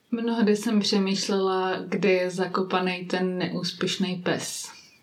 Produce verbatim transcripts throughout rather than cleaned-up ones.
Mnohdy jsem přemýšlela, kde je zakopaný ten neúspěšný pes.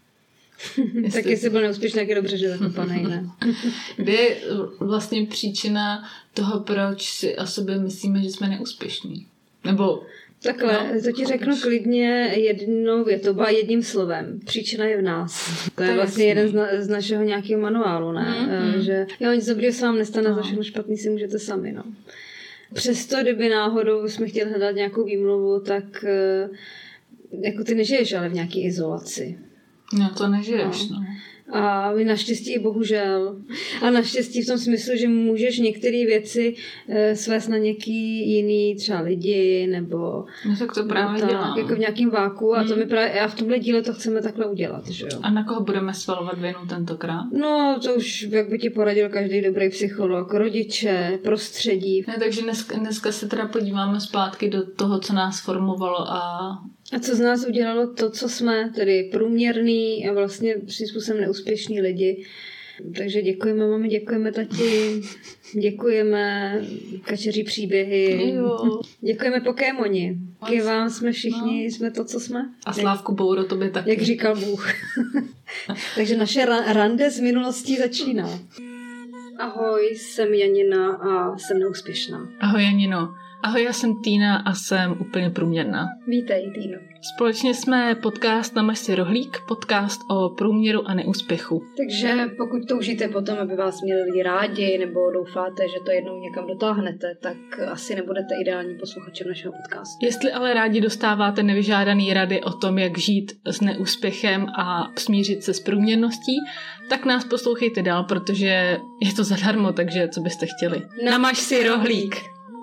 Tak jestli byl neúspěšný, jak je dobře, že zakopaný, ne? Kde je vlastně příčina toho, proč si o sobě myslíme, že jsme neúspěšní? Nebo... Takhle, no, to ti řeknu už klidně jednou větou, a jedním slovem. Příčina je v nás. To je, to je vlastně jasný. Jeden z, na, z našeho nějakého manuálu, ne? Mm-hmm. Že jo, nic dobrýho se vám nestane, no. Za všechno špatný si můžete sami, no. Přesto, kdyby náhodou jsme chtěli hledat nějakou výmluvu, tak jako ty nežiješ, ale v nějaké izolaci. No to nežiješ, no. no. A naštěstí i bohužel. A naštěstí v tom smyslu, že můžeš některé věci e, svést na něký jiný třeba lidi, nebo... No tak to právě tak, dělám. Jako v nějakém váku. Hmm. A to my právě, a v tomhle díle to chceme takhle udělat, že jo. A na koho budeme svalovat vinu tentokrát? No, to už, jak by ti poradil každý dobrý psycholog. Rodiče, prostředí. Ne, takže dneska, dneska se teda podíváme zpátky do toho, co nás formovalo a... A co z nás udělalo to, co jsme, tedy průměrný a vlastně svým způsobem neúspěšní lidi. Takže děkujeme mami, děkujeme tati, děkujeme kačeří příběhy, jo. Děkujeme Pokémoni. Díky vám jsme všichni, no. Jsme to, co jsme. A Slávku Bouro, tobě taky. Jak říkal Bůh. Takže naše ra- rande z minulostí začíná. Ahoj, jsem Janina a jsem neúspěšná. Ahoj Janino. Ahoj, já jsem Týna a jsem úplně průměrná. Vítej, Týno. Společně jsme podcast Namaž si rohlík, podcast o průměru a neúspěchu. Takže pokud toužíte potom, aby vás měli lidi rádi, nebo doufáte, že to jednou někam dotáhnete, tak asi nebudete ideální posluchačem našeho podcastu. Jestli ale rádi dostáváte nevyžádaný rady o tom, jak žít s neúspěchem a smířit se s průměrností, tak nás poslouchejte dál, protože je to zadarmo, takže co byste chtěli. Namaž si rohlík.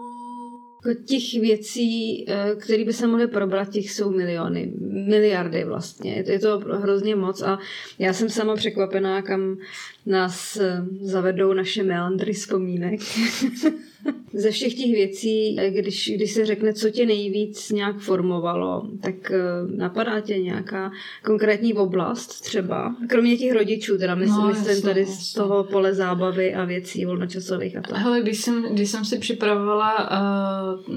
Těch věcí, které by se mohly probrat, těch jsou miliony, miliardy vlastně. Je to hrozně moc a já jsem sama překvapená, kam nás zavedou naše meandry vzpomínek. Ze všech těch věcí, když, když se řekne, co tě nejvíc nějak formovalo, tak napadá tě nějaká konkrétní oblast třeba? Kromě těch rodičů, teda myslím, no, myslím jasný, tady jasný. Z toho pole zábavy a věcí volnočasových a tak. Hele, když jsem, když jsem si připravovala uh,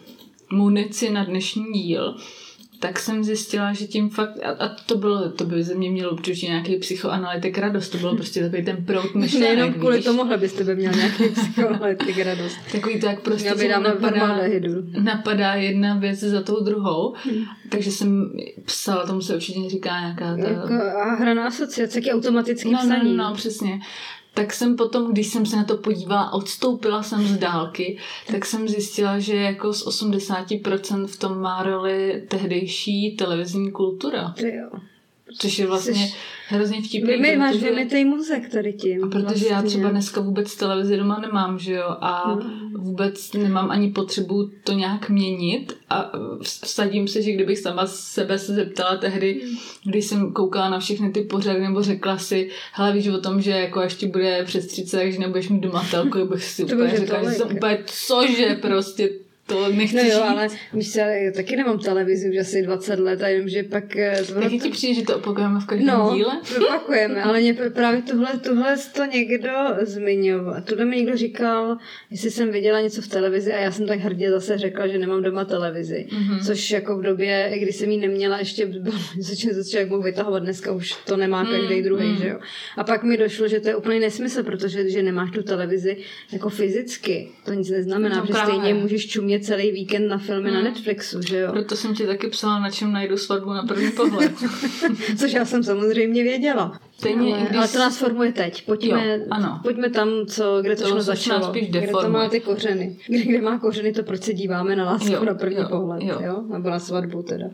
munici na dnešní díl, tak jsem zjistila, že tím fakt, a, a to bylo, to by ze mě mělo určitě nějaký psychoanalytik radost, to bylo prostě takový ten proud myšlenek. Nejenom kvůli víš? Tomuhle byste by měl nějaký psychoanalytik radost. Takový to, jak prostě napadá, napadá jedna věc za tou druhou, hmm. takže jsem psala, tomu se určitě říká nějaká ta... Jako, a hra na asociace, taky automatický no, psaní. No, no, přesně. Tak jsem potom, když jsem se na to podívala, odstoupila jsem z dálky, tak jsem zjistila, že jako z osmdesát procent v tom má roli tehdejší televizní kultura. Ty jo. Což je vlastně Jsi... hrozně vtipný. Vy mi máš vymitej mozek tady tím. A protože vlastně. Já třeba dneska vůbec televizi doma nemám, že jo, a hmm. vůbec nemám ani potřebu to nějak měnit a vsadím se, že kdybych sama sebe se zeptala tehdy, hmm. když jsem koukala na všechny ty pořady, nebo řekla si, hele, víš o tom, že jako až ti bude přes třicet, takže nebudeš mít doma telku, bych si úplně řekla, že jsem úplně cože prostě to nechci no jo, žít. ale víš se, já taky nemám televizi už asi dvacet let a jenom, že pak... Taky ti přijde, že to opakujeme v každém no, díle? No, opakujeme, ale mě právě tuhle, tuhle to někdo zmiňoval. Tuhle mi někdo říkal, jestli jsem viděla něco v televizi a já jsem tak hrdě zase řekla, že nemám doma televizi. Mm-hmm. Což jako v době, kdy jsem ji neměla, ještě bylo něco, co člověk mohl vytahovat, dneska už to nemá každý mm, druhý, mm. že jo. A pak mi došlo, že to je úplně nesmysl, protože že nemáš tu televizi jako fyzicky, to nic neznamená, no, že právě. Stejně můžeš čumět celý víkend na filmy hmm. na Netflixu, že jo? Proto jsem ti taky psala, na čem najdu svatbu na první pohled. Což já jsem samozřejmě věděla. Stejně, ale, když... ale to nás formuje teď. Pojďme, jo, ano. pojďme tam, co, kde to, to začalo. Kde to má ty kořeny. Kde, kde má kořeny to, proč se díváme na lásku jo, na první jo, pohled. Jo. Jo? Nebo na svatbu teda.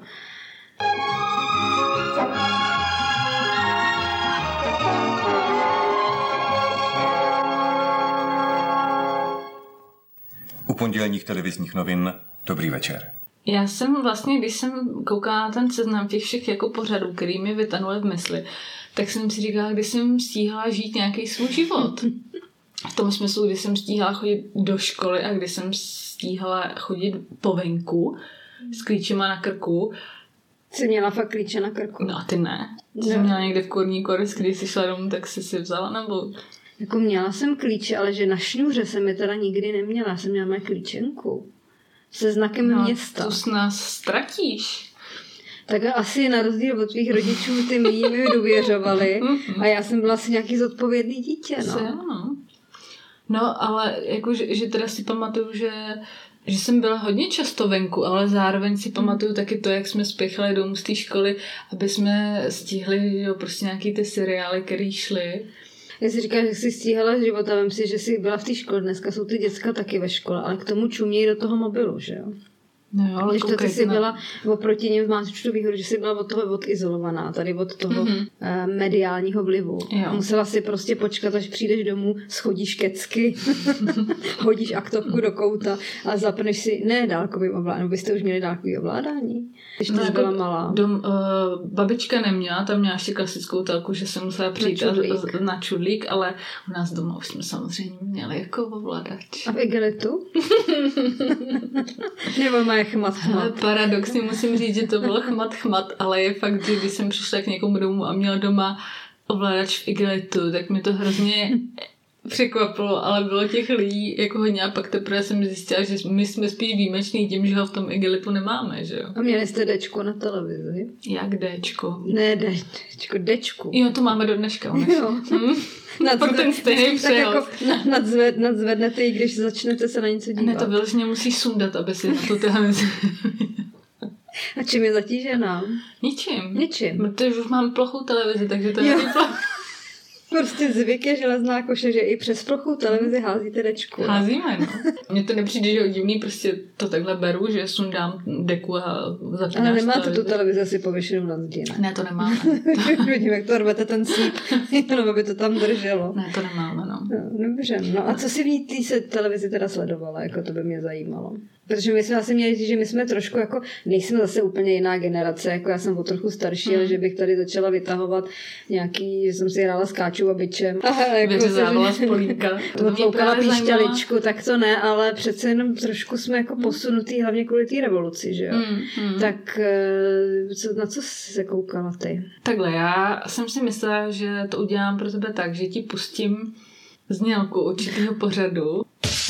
U pondělních televizních novin dobrý večer. Já jsem vlastně, když jsem koukala na ten seznam těch všech jako pořadů, který mi vytanuly v mysli, tak jsem si říkala, kdy jsem stíhala žít nějaký svůj život. V tom smyslu, kdy jsem stíhala chodit do školy a kdy jsem stíhala chodit po venku s klíčema na krku. Jsi měla fakt klíče na krku? No a ty ne. Ty jsi měla někde v kurníku, když jsi šla domů, tak jsi si vzala nebo... Jako měla jsem klíče, ale že na šňůře jsem je teda nikdy neměla. Já jsem měla moje klíčenku. se znakem no, města. Tu s nás ztratíš. Tak asi na rozdíl od tvých rodičů ty mý mi důvěřovali a já jsem byla asi nějaký zodpovědný dítě. No, no. no ale jako, že, že teda si pamatuju, že že jsem byla hodně často venku, ale zároveň si pamatuju taky to, jak jsme spěchali domů z té školy, aby jsme stihli jo, prostě nějaký ty seriály, které šly. Já si říkám, že jsi stíhala život a vím si, že jsi byla v té škole. Dneska jsou ty děcka taky ve škole, ale k tomu čumějí do toho mobilu, že jo? No jo, ale když to ty jsi na... byla oproti něm, máš tu výhodu, že jsi byla od toho odizolovaná, tady od toho mm-hmm. uh, mediálního vlivu. Jo. Musela si prostě počkat, až přijdeš domů, schodíš kecky, hodíš aktovku do kouta a zapneš si, ne dálkovým ovládání, byste už měli dálkový ovládání, když ty no, jsi byla malá. Dom, uh, babička neměla, tam měla ještě klasickou telku, že jsem musela přijít na čudlík. A, na čudlík, ale u nás doma už jsme samozřejmě měli jako ovladač. A v igelitu? Nebo má chmat, chmat. Paradoxně musím říct, že to bylo chmat, chmat, ale je fakt, že když jsem přišla k někomu domů a měla doma ovladač v igelitu, tak mi to hrozně překvapilo, ale bylo těch lidí jako hodně a pak teprve jsem zjistila, že my jsme spíš výjimeční tím, že ho v tom igelitu nemáme, že jo. A měli jste Dčko na televizi? Jak Dčko? Ne, Dčko, Dčku. Jo, to máme do dneška. Jo. Hm? Nadzved, ten stejný tak jako nadzved, nadzvednete ji, když začnete se na něco dívat. Ne, to vyloženě musíš sundat, aby si na tu televizi. A čím je zatížená? Ničím. Ničím. Protože už mám plochou televizi, takže to je plochou. Prostě zvyk je železná koše, že i přes plochou televizi házíte Dčku. Házíme, no. Mně to nepřijde, že je divný, prostě to takhle beru, že sundám deku a zapínáš. Ale nemáte televizi. Tu televizi asi pověšenou na zdi, ne? Ne, to nemáme. Vidím, jak to rvete ten síp, jenom aby to tam drželo. Ne, to nemáme, no. no. Dobře, no a co si v ní tý se televizi teda sledovala, jako to by mě zajímalo. Protože my jsme asi měli říct, že my jsme trošku jako, nejsme zase úplně jiná generace, jako já jsem o trochu starší, mm. ale že bych tady začala vytahovat nějaký, že jsem si hrála s Káčou a bičem. Jako vyřezávala z polínka. Odloukala píšťaličku, tak to ne, ale přece jenom trošku jsme jako posunutý, hlavně kvůli té revoluci, že jo. Mm, mm. Tak co, na co jsi se koukala ty? Takhle, já jsem si myslela, že to udělám pro tebe tak, že ti pustím znělku určitého pořadu.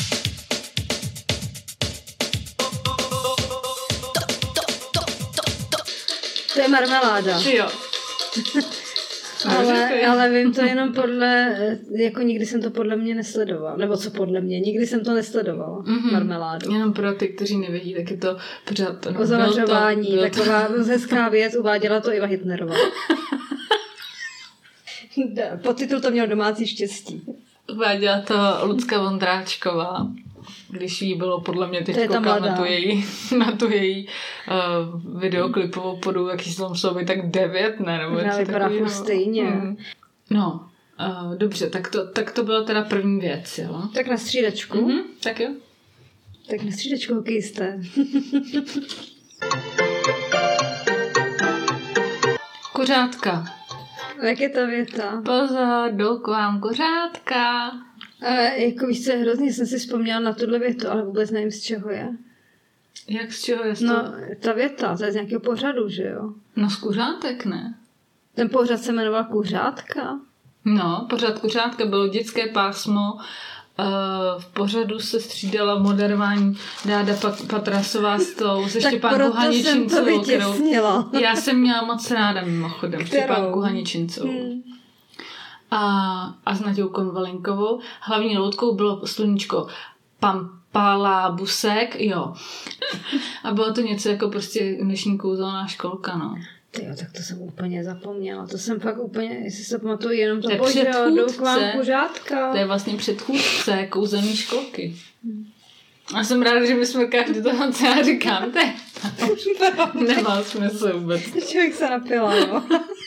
To je marmeláda. Jo. ale, ale vím to jenom podle, jako nikdy jsem to podle mě nesledovala. Nebo co podle mě, nikdy jsem to nesledovala. Mm-hmm. Marmeládu. Jenom pro ty, kteří nevědí, tak je to pořád... No, o zavařování, taková hezká věc, uváděla to Iva Hitnerová. Podtitul to měl Domácí štěstí. Uváděla to Lucka Vondráčková. Když jí bylo podle mě teď koukám na tu její, na tu její uh, videoklipovou podu, jaký tam jsou by tak devět, ne? Nebo já vypadá furt stejně. Mm. No, uh, dobře, tak to, tak to byla teda první věc, jo? Tak na střídačku. Mm-hmm, tak jo. Tak na střídačku hokejisté. Kuřátka. Jak je ta věta? Pozor, jdou k vám kuřátka. A jako víš co, hrozně jsem si vzpomněla na tuhle větu, ale vůbec nevím, z čeho je. Jak z čeho je to? No, ta věta, to je z nějakého pořadu, že jo? No z kuřátek, ne? Ten pořad se jmenoval Kuřátka? No, pořad Kuřátka bylo dětské pásmo. Uh, v pořadu se střídala moderování Dáda Patrasová s tou, se Štěpánkou Haničincovou, kterou já jsem měla moc ráda mimochodem, Štěpánku Haničincovou. Hmm. A, a s Naďou Konvalinkovou. Hlavní loutkou bylo sluníčko Pampala Busek, jo. A bylo to něco jako prostě dnešní kouzelná školka, no. Tyjo, tak to jsem úplně zapomněla. To jsem fakt úplně, jestli se pamatuju, jenom to pořadu k vám kuřátka. To je vlastně předchůdce kouzelné školky. Hmm. A jsem ráda, že my jsme každý toho, co já říkám, to je nemá smysl vůbec. Člověk se napila, no.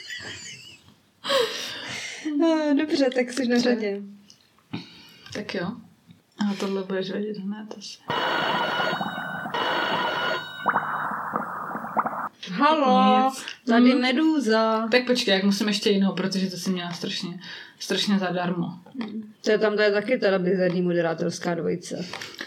Dobře, tak jsi na řadě. Tak jo. A tohle budeš vědět hned asi. Halo, nic. Tady hmm. Medúza. Tak počkej, jak musím ještě jinou, protože to si měla strašně, strašně zadarmo. To je tam, to je taky teda bizarní moderátorská dvojice.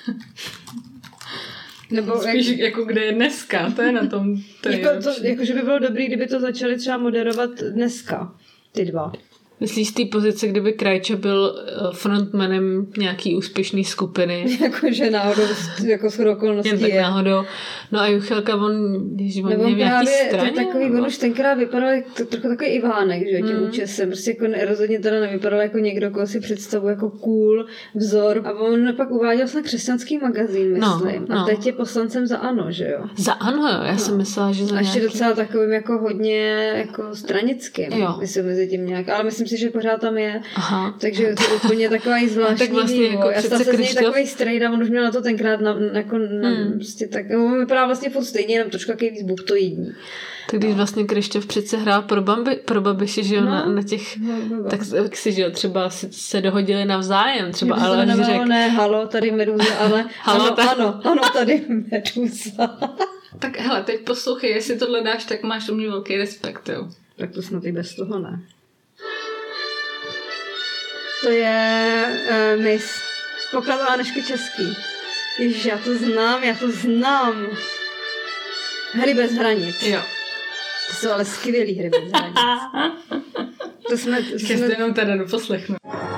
Nebo spíš jak... jako kde je dneska, to je na tom. To je jako, to, jako, že by bylo dobrý, kdyby to začali třeba moderovat dneska, ty dva. Myslíš z té pozice, kdyby Krajčo byl frontmanem nějaký úspěšný skupiny? Jakože náhodou, jako shodou okolností Jen tak je. náhodou. No a Juchelka, on, když on Nebo je v nějaký straně? To je takový, on už tenkrát vypadal jako trochu takový Ivánek, že tím Mm. účesem. Prostě jako ne, rozhodně teda nevypadal jako někdo, koho si představuje jako cool vzor. A on pak uváděl se na křesťanský magazín, myslím. No, no. A teď je poslancem za ANO, že jo? Za ANO, jo. Já No. jsem myslela, že za A ještě nějaký... docela takovým jako hodně jako stranickým. Jo. Myslím mezi tím nějak. Ale myslím si, že pořád tam je. Aha. Takže je to úplně takový zvláštní tak vlastně vývoj. jako Já přece se z něj Krištof- takový strejda, on už měl na to tenkrát na, jako na, Hmm. prostě tak, on vypadá vlastně furt stejně, jenom trošku takový víc buchtoidní. Tak když vlastně Krištof přece hrál pro, Bambi, pro Babiši, že jo, No. na, na těch... No, no, no. Tak, tak si, že jo, třeba si, se dohodili navzájem, třeba, Kdyby se ale to on jmenovalo, řekl... ne, halo, tady Meduza, ale Halo, ano, tak- ano, ano, tady Meduza. Tak hele, teď poslouchej, jestli tohle dáš, tak máš do mě velký respekt, jo. Tak to snad i bez toho ne. To je uh, Miss Poklad Anešky Český. Ježiš, já to znám, já to znám. Hry bez hranic. Jo. To jsou ale skvělý hry bez hranic. To jsme... To Ještě jsme... jenom teda doposlechnu.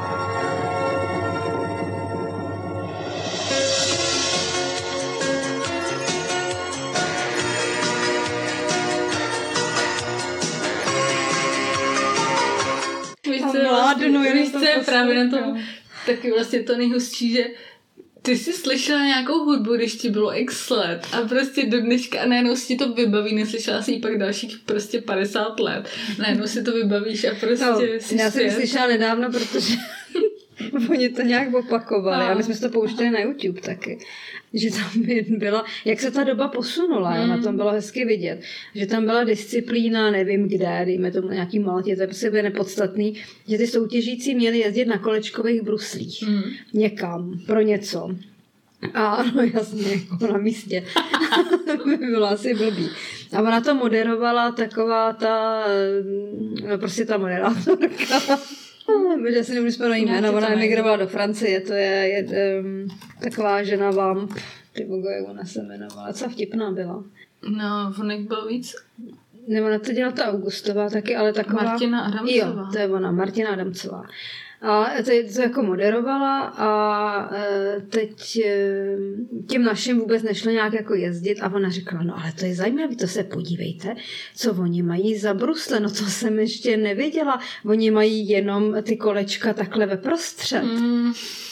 Víš, A co je mládnu, vlastně, jenom víš, to co je právě na tom poslouchám. taky vlastně to nejhustší, že ty jsi slyšela nějakou hudbu, když ti bylo x let a prostě do dneška a najednou si ti to vybaví, neslyšela jsi ji pak dalších prostě padesát let. Najednou si to vybavíš a prostě No, si já jsem zpět. slyšela nedávno, protože oni to nějak opakovali No. a my jsme si to pouštěli na YouTube taky. Že tam byla, jak se ta doba posunula, mm. na tom bylo hezky vidět, že tam byla disciplína, nevím kde, dejme tomu nějaký Maltě, to je prostě nepodstatný, že ty soutěžící měli jezdit na kolečkových bruslích. Mm. Někam, pro něco. A no jasně, jako na místě. by bylo asi blbý. A ona to moderovala taková ta, no prostě ta moderátorka. Protože si nebudu vzpomenout jméno, ona emigrovala do Francie, to je, je um, taková žena vám, ty bogo, jak ona se jmenovala, co vtipná byla. No, onek byl víc. Nebo ona to dělala ta Augustová taky, ale taková... Martina Adamcová. Jo, to je ona, Martina Adamcová. A teď to jako moderovala a e, teď e, těm našim vůbec nešlo nějak jako jezdit a ona říkala, no ale to je zajímavé, to se podívejte, co oni mají za brusle, no to jsem ještě nevěděla, oni mají jenom ty kolečka takhle ve prostřed. Mm.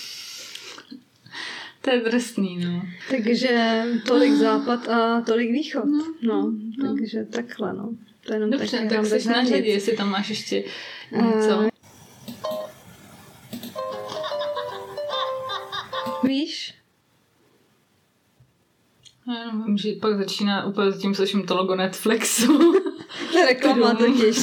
To je drsný, no. Takže tolik západ a tolik východ. No, No, no. takže takhle, no. To je jenom Dobře, taky tak hram jsi bez na hranic. řadě, jestli tam máš ještě něco. Eh, Víš? Já jenom vím, že pak začíná, úplně zatím slyším to logo Netflixu. To je reklama Klidum. totiž.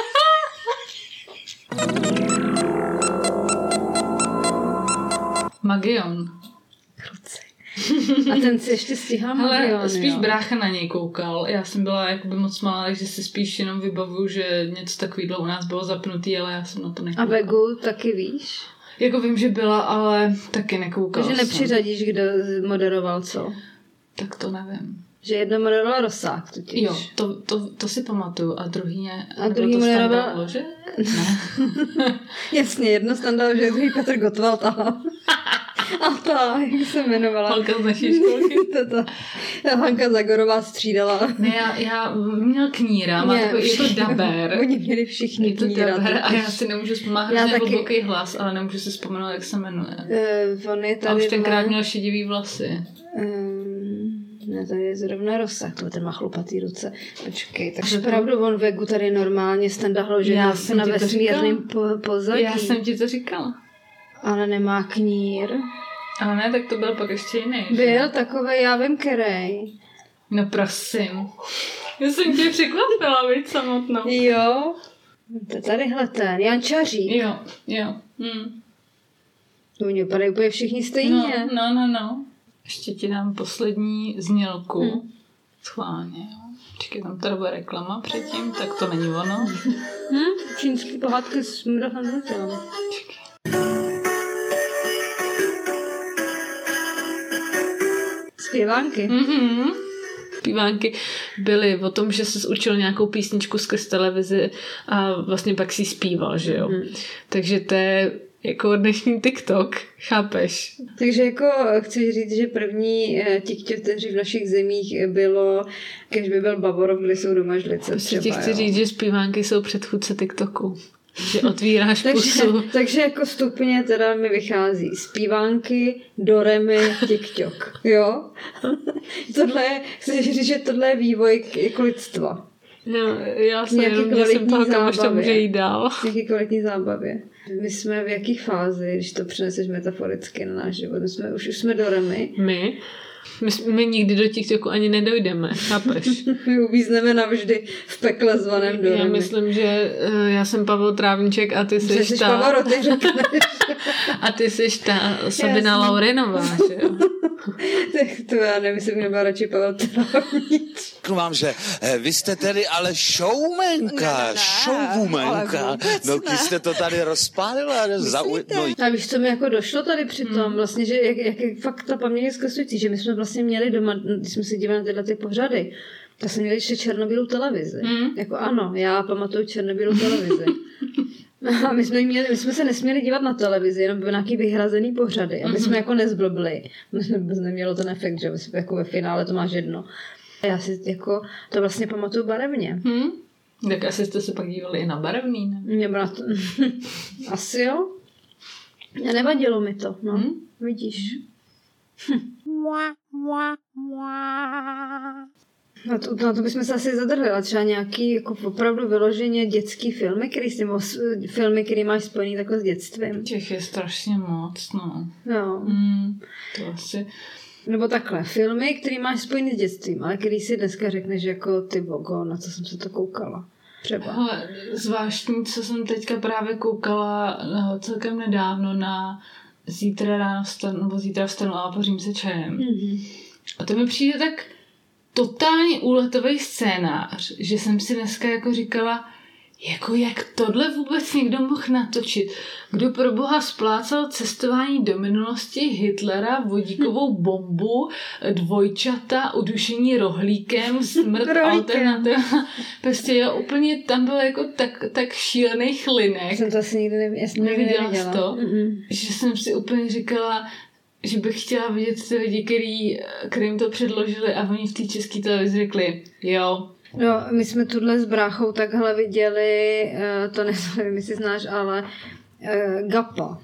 Magion. Kruci. A ten si ještě stíhal Magion, Ale spíš jo. brácha na něj koukal. Já jsem byla jakoby moc malá, takže si spíš jenom vybavuju, že něco takového u nás bylo zapnutý, ale já jsem na to A nekoukala. Vegu taky víš? Jako vím, že byla, ale taky nekoukala Takže jsem. nepřiřadíš, kdo moderoval co? Tak to nevím. Že jedno moderoval Rosák totiž. Jo, to, to, to si pamatuju. A druhý je... A nebo druhý to moderoval- Standa Vložek? Ne. Jasně, jedno standard, že druhý Petr Gottwald a, a ta, jak se jmenovala? Holka z naší školky. to, to. Hanka Zagorová střídala. Ne, já, já měl kníra, má Ne, takový, je to všichni- daber. Oni měli všichni Je to kníra. daber a totiž. já si nemůžu vzpomínat, Já hrozně taky. hluboký hlas, ale nemůžu si vzpomenout, jak se jmenuje. Uh, on je A tady už tenkrát dva- měl šedivý vlasy. Um, ne, tady je zrovna Rozsah, to ten má chlupatý ruce. Počkej, takže to- opravdu on Vegu tady normálně Standa Hložek Já na, jsem na ti to vesmírném po, pozadí. Já jsem ti to říkala. Ale nemá knír. Ale ne, tak to byl pak ještě jiný. že? Byl takovej, já vím, kerej. No prosím. Já jsem tě překvapila, víc samotnou. Jo. To tadyhle ten, Jan Čařík. Jo, jo. Hm. Oni vypadají úplně všichni stejně. No, no, no, no. Ještě ti dám poslední znělku. Hm. Schválně, jo. Počkej, tam tady bude reklama předtím, tak to není ono. Hm? Čínský pohádky s Mirochem Zlutelem. Počkej. Zpěvánky. Mhm. zpívánky byly o tom, že jsi učil nějakou písničku skrz televizi a vlastně pak si zpíval, že jo. Mm. Takže to je jako dnešní TikTok, chápeš? Takže jako chci říct, že první tiktokeři v našich zemích bylo, když by byl Bavorov, kde jsou doma žlice. Prostě ti chci jo. říct, že zpívánky jsou předchůdce TikToku. Že otvíráš takže, pusu. Takže jako stupně teda mi vychází zpívánky, doremy, TikTok. Jo? Tohle je, chci říct, že tohle je vývoj jako lidstva. No, já jsem jenom, že jsem toho, kam ještě může jít dál. Nějaký kvalitní zábavě. My jsme v jaký fázi, když to přeneseš metaforicky na náš život? My jsme, už, už jsme doremy. My? My, my nikdy do TikToku ani nedojdeme, chápeš? My uvízneme navždy v pekle zvaném doremy. Já myslím, že uh, já jsem Pavel Trávníček a ty jsi, jsi ta... Pavaro, ty řekneš. A ty jsi ta Sabina Laurinová, že jo? Tak to já nemyslím, že byla radši Pavel Trávníček. Řeknu vám, že eh, vy jste tedy ale showmanka, showwomanka. No, když jste to tady rozpálila. Zau... No. A víš, co mi jako došlo tady při tom, hmm. vlastně, že jak, jak je fakt ta paměť je zkreslující, že my jsme vlastně měli doma, když jsme se dívali na tyhle ty pořady, tak jsme měli ještě černobílou televizi. Hmm. Jako ano, já pamatuju černobílou televizi. A my jsme, měli, my jsme se nesměli dívat na televizi, jenom byly nějaký vyhrazený pořady. A my jsme jako nezblbli. Nemělo ten efekt, že jako ve finále to máš jedno. A já si jako to vlastně pamatuju barevně. Hmm? Tak asi jste se pak dívali i na barevný, ne? Mě byla to... Asi jo. A nevadilo mi to, no. Hmm? Vidíš. Na to, na to bychom se asi zadrhli, ale třeba nějaký jako opravdu vyloženě dětský filmy, který jsi, filmy, který máš spojený takhle s dětstvím. Těch je strašně moc, no. Jo. Hmm, to asi... Nebo takhle, filmy, který máš spojený s dětstvím, ale který si dneska řekneš jako ty bogo, na co jsem se to koukala. Třeba. Hele, zvláštní, co jsem teďka právě koukala no, celkem nedávno na Zítra ráno vstanu, nebo Zítra vstanu a pořím se čajem. Mm-hmm. A to mi přijde tak totálně úletový scénář, že jsem si dneska jako říkala, jako jak tohle vůbec někdo mohl natočit? Kdo pro boha splácal cestování do minulosti, Hitlera, vodíkovou bombu, dvojčata, udušení rohlíkem, smrt alternativa. Prostě jo, úplně tam byl jako tak, tak šílený chlinek. Jsem to asi nikdy neviděla. Neviděla jsi to? Mm-mm. Že jsem si úplně říkala, že bych chtěla vidět ty lidi, který, kterým to předložili a oni v té české televizi řekli, jo. No, my jsme tuhle s bráchou takhle viděli, to nevím, jestli znáš, ale uh, Gappa.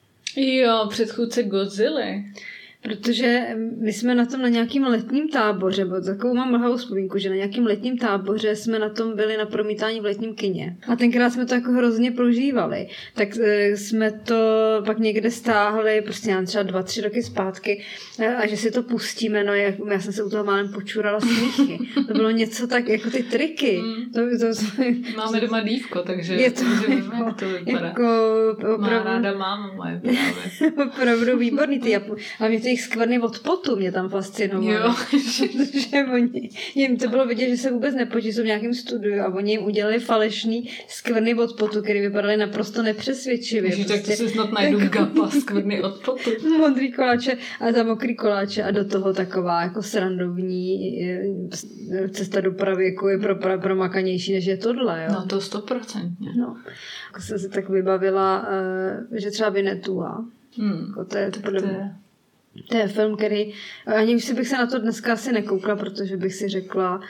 Jo, předchůdce Godzilly. Protože my jsme na tom na nějakým letním táboře, bo takovou mám mlhavou vzpomínku, že na nějakým letním táboře jsme na tom byli na promítání v letním kině. A tenkrát jsme to jako hrozně prožívali. Tak e, jsme to pak někde stáhli, prostě já třeba dva, tři roky zpátky a že si to pustíme, no jak, já jsem se u toho málem počurala smíchy. To bylo něco tak, jako ty triky. Mm. To, to, to, Máme doma dívko, takže je to, víme, jak to vypadá. Jako, opravdu, má ráda máma moje právě. Opravdu výborný ty Japu. A mě to jich skvrny od potu mě tam fascinovaly. Jo. Že oni, jim to bylo vidět, že se vůbec nepočí, jsou v nějakém studiu a oni jim udělali falešný skvrny od potu, které vypadaly naprosto nepřesvědčivě. Ježiš, prostě, tak to si snad najdu jako, Gappa, skvrny od potu. Modrý koláče a tam mokrý koláče a do toho taková jako srandovní cesta do pravěku je pro, pro, promakanější, než je tohle. Jo? No to stoprocentně. No. Jako jsem si tak vybavila, že třeba Vinetua. Hmm. Jako to je to je... To je film, který, ani už si bych se na to dneska asi nekoukla, protože bych si řekla,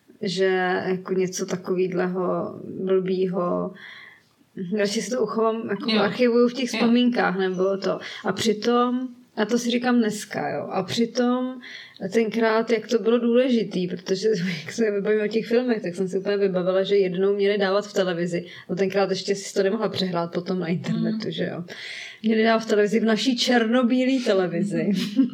že jako něco takovýhleho blbýho, radši si to uchovám, jako archivuju v těch vzpomínkách, nebo to. A přitom, a to si říkám dneska, jo, a přitom tenkrát, jak to bylo důležitý, protože jak se vybavím o těch filmech, tak jsem si úplně vybavila, že jednou měli dávat v televizi. A tenkrát ještě si to nemohla přehrát potom na internetu, mm. že jo. Měli dávat v televizi, v naší černobílé televizi.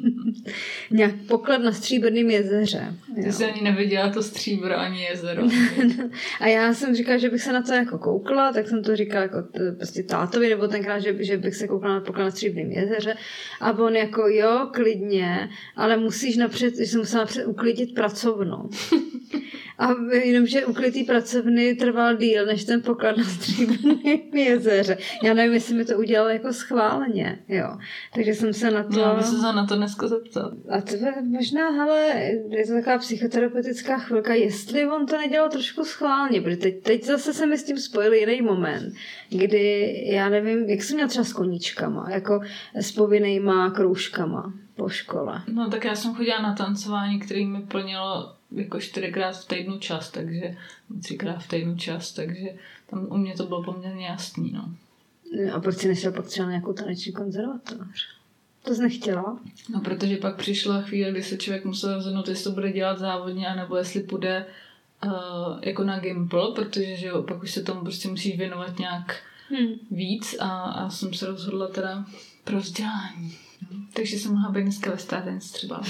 Nějak poklad na Stříbrném jezeře. Ty jsi ani neviděla to stříbro, ani jezero. A já jsem říkala, že bych se na to jako koukla, tak jsem to říkala jako prostě tátovi, nebo tenkrát, že, že bych se koukla na poklad na Stříbrném jezeře. A on jako jo, klidně, ale musíš napřed, že jsem musela napřed uklidit pracovnou. A jenomže uklid pracovny trval díl, než ten poklad na Stříbrném jezeře. Já nevím, jestli mi to udělal jako schválně, jo. Takže jsem se na to... Já bych se na to dneska zeptat. A to je možná, hele, je to taková psychoterapeutická chvilka, jestli on to nedělal trošku schválně, protože teď, teď zase se mi s tím spojil jiný moment, kdy, já nevím, jak jsem měla třeba s koníčkama, jako s povinnýma kroužkama po škole. No tak já jsem chodila na tancování, který mi plnilo jako čtyřikrát v týdnu čas, takže třikrát v týdnu čas, takže tam u mě to bylo poměrně jasný, no. A proč si nešel pak třeba nějakou taneční konzervatoř? To jsi nechtěla? No, protože pak přišla chvíle, kdy se člověk musel rozhodnout, jestli to bude dělat závodně, anebo jestli půjde uh, jako na Gimpl, protože že jo, pak už se tomu prostě musíš věnovat nějak hmm. víc a, a jsem se rozhodla teda pro vzdělání. No. Takže jsem mohla být dneska ve Stardance třeba.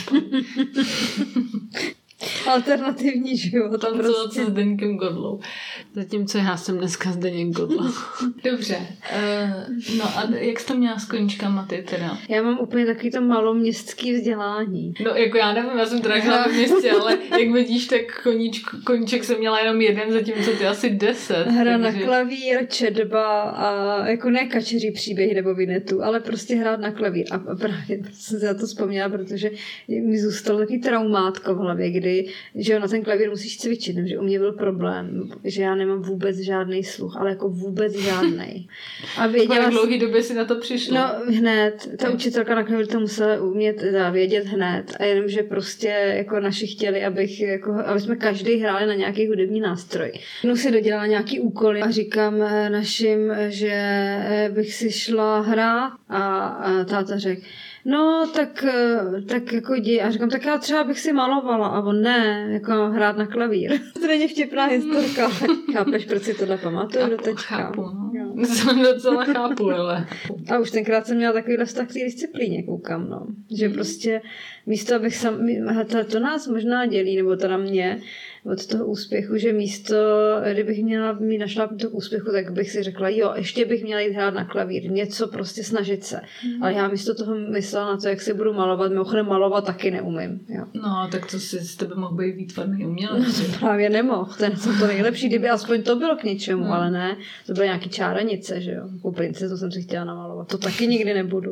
Alternativní život. Tancovat prostě. Se Zdeňkem Godlou. Zatímco já jsem dneska Zdeněk Godla. Dobře. Uh, no a jak jsi to měla s koníčkama ty teda? Já mám úplně takový to maloměstský vzdělání. No jako já nevím, já jsem teda žila v městě, ale jak vidíš, tak koníčk, koníček jsem měla jenom jeden, zatímco ty asi deset. Hra takže... na klavír, četba a jako ne kačeří příběhy nebo vinetu, ale prostě hrát na klavír. A právě jsem se na to vzpomněla, protože mi zůstalo takový traumátko v hlavě, kdy že jo, na ten klavír musíš cvičit, že u mě byl problém, že já nemám vůbec žádný sluch, ale jako vůbec žádnej. A věděla... Jak dlouhý době si na to přišla? No hned. Ta učitelka na klavír to musela umět vědět hned a jenom, že prostě jako naši chtěli, abych, jako, aby jsme každý hráli na nějaký hudební nástroj. No si dodělala nějaký úkoly a říkám našim, že bych si šla hrát a, a táta řekl, no, tak, tak jako jdi. A říkám, tak já třeba bych si malovala. A on ne, jako hrát na klavír. To není vtipná historka. Chápeš, proč si tohle pamatuju do teďka? Chápu, no. Jsem docela chápu, ale... A už tenkrát jsem měla takovýhle vztah k té disciplíně, koukám, no. Že prostě místo, abych sam... To, to nás možná dělí, nebo to na mě, od toho úspěchu, že místo, kdybych měla mít našla toho úspěchu, tak bych si řekla, jo, ještě bych měla jít hrát na klavír, něco prostě snažit se. Mm. Ale já místo toho myslela na to, jak si budu malovat, mimochodem malovat taky neumím. Jo. No, tak to si z tebe mohl být výtvarný umělec. No to právě nemohl, to je to nejlepší, kdyby aspoň to bylo k něčemu, mm. ale ne, to byly nějaký čáranice, že jo, jako princezu jsem si chtěla namalovat, to taky nikdy nebudu.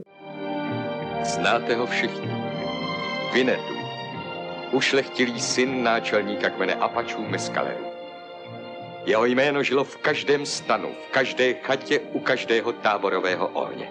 Znáte ho všichni. Vinetu. Ušlechtilý syn náčelníka kmene Apačů Mescaleru. Jeho jméno žilo v každém stanu, v každé chatě, u každého táborového ohně.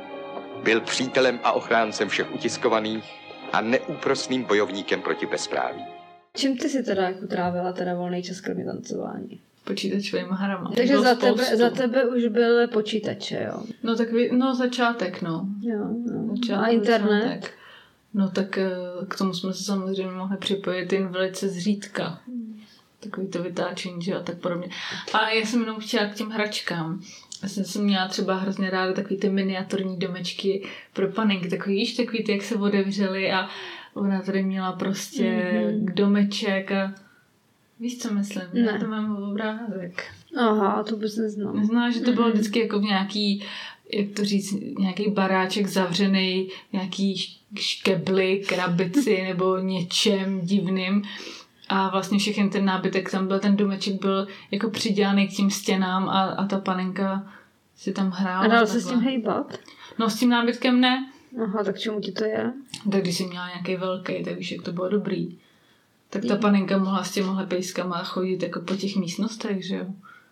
Byl přítelem a ochráncem všech utiskovaných a neúprosným bojovníkem proti bezpráví. Čím ty si teda jako trávila teda volný čas kromě tancování? Počítačovými hrama. Takže za tebe, za tebe už byly počítače, jo? No tak vy, no začátek, no. Jo, no. Začátek, a internet? Začátek. No tak k tomu jsme se samozřejmě mohli připojit jen velice zřídka. Takový to vytáčení, že a tak podobně. A já jsem jenom chtěla k těm hračkám. Já jsem, jsem měla třeba hrozně ráda takový ty miniaturní domečky pro panenky. Takový, víš, takový ty, jak se otevřely a ona tady měla prostě mm-hmm. domeček a víš, co myslím? Ne. Já to mám obrázek. Aha, to bys neznal. Neznáš, že to bylo mm-hmm. vždycky jako v nějaký, jak to říct, nějaký baráček zavřený, nějaký škebly, krabici nebo něčem divným. A vlastně všechny ten nábytek tam byl, ten domeček byl jako přidělaný k tím stěnám a, a ta panenka si tam hrála. A dal se s tím hejbat? No s tím nábytkem ne. Aha, tak čemu ti to je? Tak když jsi měla nějaký velký, tak víš, jak to bylo dobrý. Tak ta panenka mohla s těma pejskama chodit jako po těch místnostech, že jo.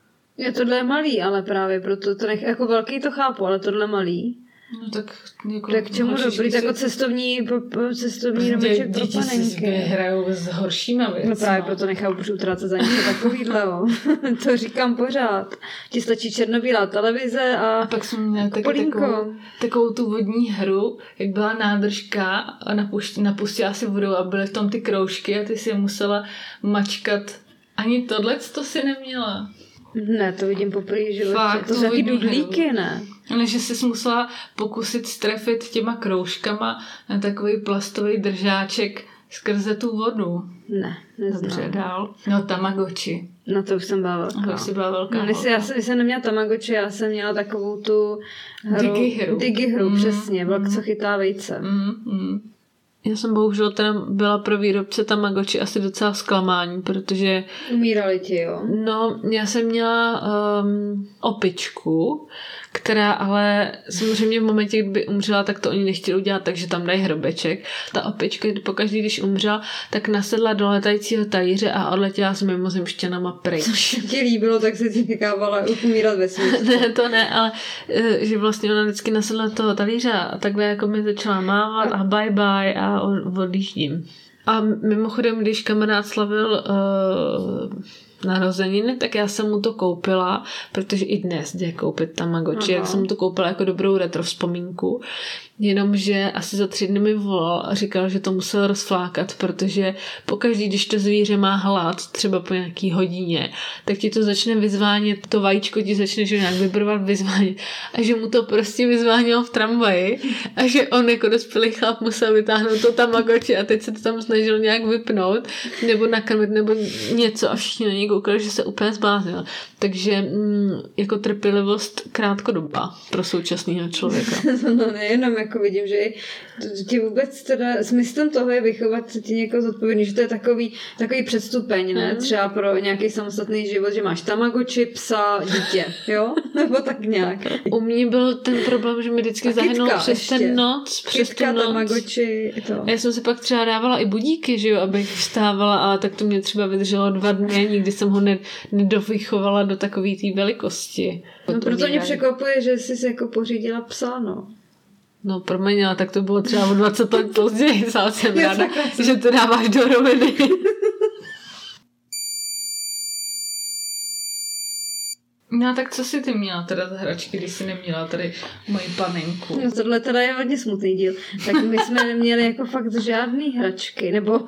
Je tohle je malý, ale právě proto to nech, jako velký to chápu, ale tohle malý. No tak jako... Tak čemu dobrý, jako cestovní, cestovní domeček pro panenky. Děti si hrajou s horšíma věcma. No právě proto nechám už utrácet za něco takovýhle, to říkám pořád. Ti stačí černobílá televize a... A pak jsme měli taky takovou, takovou tu vodní hru, jak byla nádržka a napušť, napustila si vodu a byly v tom ty kroužky a ty si je musela mačkat. Ani tohle to si neměla. Ne, to vidím poprvé v životě. Fakt, to jsou taky dudlíky, ne? Ale že jsi musela pokusit strefit těma kroužkama na takový plastový držáček skrze tu vodu. Ne, neznám. Dobře, dál. No, Tamagotchi. No to už jsem byla velká. To už jsi byla velká. No, já, já, jsem, já jsem neměla Tamagotchi, já jsem měla takovou tu hru. Digihru. Digihru, mm, přesně. Vlk, mm, co chytá vejce. Mm, mm. Já jsem bohužel teda byla pro výrobce Tamagotchi asi docela zklamání, protože... Umírali ti, jo? No, já jsem měla um, opičku, která ale samozřejmě v momentě, kdyby umřela, tak to oni nechtěli udělat, takže tam dají hrobeček. Ta opička, pokaždý, když umřela, tak nasedla do letajícího talíře a odletěla s mimozemšťanama pryč. Což ti líbilo, tak se ti nechávala umírat ve smyslu. Ne, to ne, ale že vlastně ona vždycky nasedla do toho talíře a takhle jako mi začala mávat a bye bye a odjíždím. A mimochodem, když kamarád slavil uh, narozeniny, tak já jsem mu to koupila, protože i dnes jde koupit Tamagotchi, jak jsem mu to koupila jako dobrou retro vzpomínku, jenomže asi za tři dny mi volal a říkal, že to musel rozflákat, protože pokaždý, když to zvíře má hlad, třeba po nějaký hodině, tak ti to začne vyzvánět, to vajíčko ti začne že nějak vybrovat vyzvánět a že mu to prostě vyzvánělo v tramvaji a že on jako dospělý chlap musel vytáhnout to Tamagotchi a teď se to tam snažil nějak vypnout nebo nakrmit nebo něco a všichni na něj koukali, že se úplně zbláznil. Takže mm, jako trpělivost krátkodobá pro současného člověka. No nejenom jako vidím, že ti vůbec teda smyslem toho je vychovat se ti někoho zodpovědný, že to je takový, takový předstupeň, ne? Třeba pro nějaký samostatný život, že máš Tamagotchi, psa, dítě, jo? Nebo tak nějak. U mě byl ten problém, že mi vždycky zahynul přes ještě. ten noc, přes Kytka, ten noc. Tamagotchi, to. Já jsem si pak třeba dávala i budíky, že jo, abych vstávala, ale tak to mě třeba vydrželo dva dny, nikdy jsem ho ne- nedovychovala do takové té velikosti. No proto mě překvapuje, že jsi se jako pořídila psa, no. No promiň, ale tak to bylo třeba o dvacet let později, ale jsem ráda, že to dáváš do roviny. No tak co jsi ty měla teda za hračky, když jsi neměla tady moji panenku? No tohle teda je hodně smutný díl. Tak my jsme neměli jako fakt žádný hračky, nebo...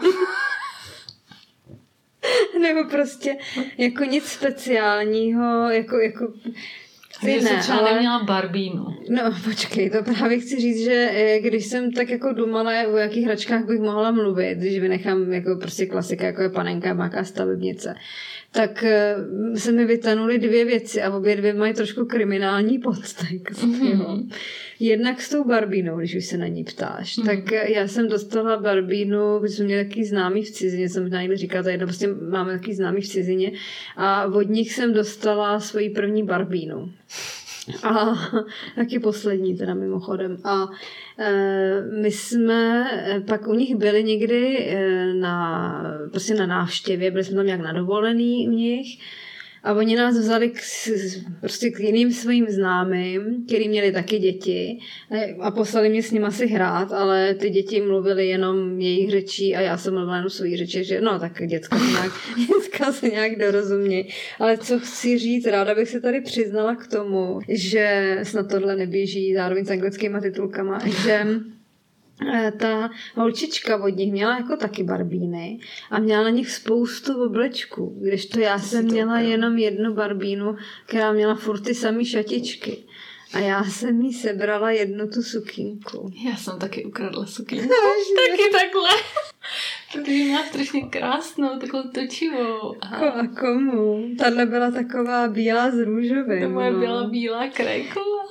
nebo prostě jako nic speciálního, jako... jako Ty jsi třeba ale... neměla Barbínu. No počkej, to právě chci říct, že když jsem tak jako dumala, o jakých hračkách bych mohla mluvit, když vynechám jako prostě klasika, jako je panenka, máká stavebnice, tak se mi vytanuly dvě věci a obě dvě mají trošku kriminální podtext. Mm-hmm. Jednak s tou Barbínou, když už se na ní ptáš, mm-hmm. tak já jsem dostala Barbínu, když jsme měli takový známý v cizině, jsem možná někde říkala, to jedno, prostě máme takový známý v cizině a od nich jsem dostala svoji první Barbínu. A taky poslední teda mimochodem. A e, my jsme pak u nich byli někdy e, na, prostě na návštěvě, byli jsme tam nějak na dovolený u nich a oni nás vzali k, prostě k jiným svým známým, který měli taky děti a poslali mě s nima si hrát, ale ty děti mluvily jenom jejich řečí a já jsem mluvila jenom svých řečí, že no tak děcka se nějak, děcka se nějak dorozumějí. Ale co chci říct, ráda bych se tady přiznala k tomu, že snad tohle neběží zároveň s anglickýma titulkama, že ta holčička od nich měla jako taky Barbíny a měla na nich spoustu oblečků, kdežto já jsem měla jenom jednu Barbínu, která měla furt ty samý šatičky. A já jsem jí sebrala jednu tu sukínku. Já jsem taky ukradla sukínku. Taky takhle. Protože měla strašně krásnou, takovou točivou. Ko a komu? Tahle byla taková bílá s růžovým. To moje byla bílá krajková.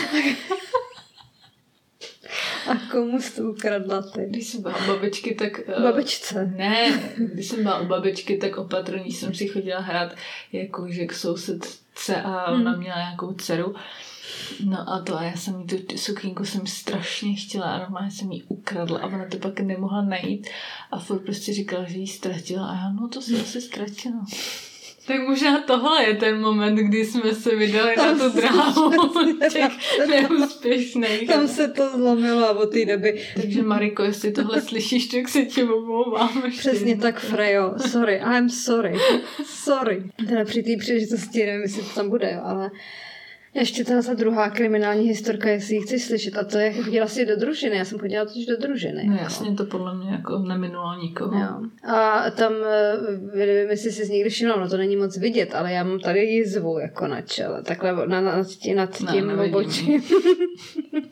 A komu jsi to ukradla ty? Když jsem byla u babičky, tak... Babičce? Ne, když jsem byla u babičky, tak opatrně jsem si chodila hrát jako, že k sousedce a ona hmm. měla nějakou dceru. No a to a já jsem jí tu sukínku jsem strašně chtěla a normálně jsem jí ukradla a ona to pak nemohla najít a furt prostě říkala, že jí ztratila a já, no to si asi ztratila. Tak možná tohle je ten moment, kdy jsme se vydali tam na tu dráhu těch neúspěšných. Tam se to zlomilo a od té doby. Takže Mariko, jestli tohle slyšíš, tak se ti omlouvám. Přesně tak, Frejo. Sorry, I'm sorry. Sorry. Teda při té příležitosti, nevím, jestli to tam bude, jo, ale ještě ta druhá kriminální historka, jestli ji chceš slyšet. A to je, chodila jsi do družiny. Já jsem chodila totiž do družiny. No jasně, to podle mě jako neminulo nikoho. Jo. A tam, nevím, jestli jsi někdy všimla, no to není moc vidět, ale já mám tady jizvu jako na čele. Takhle na, nad tím, nad tím obočím.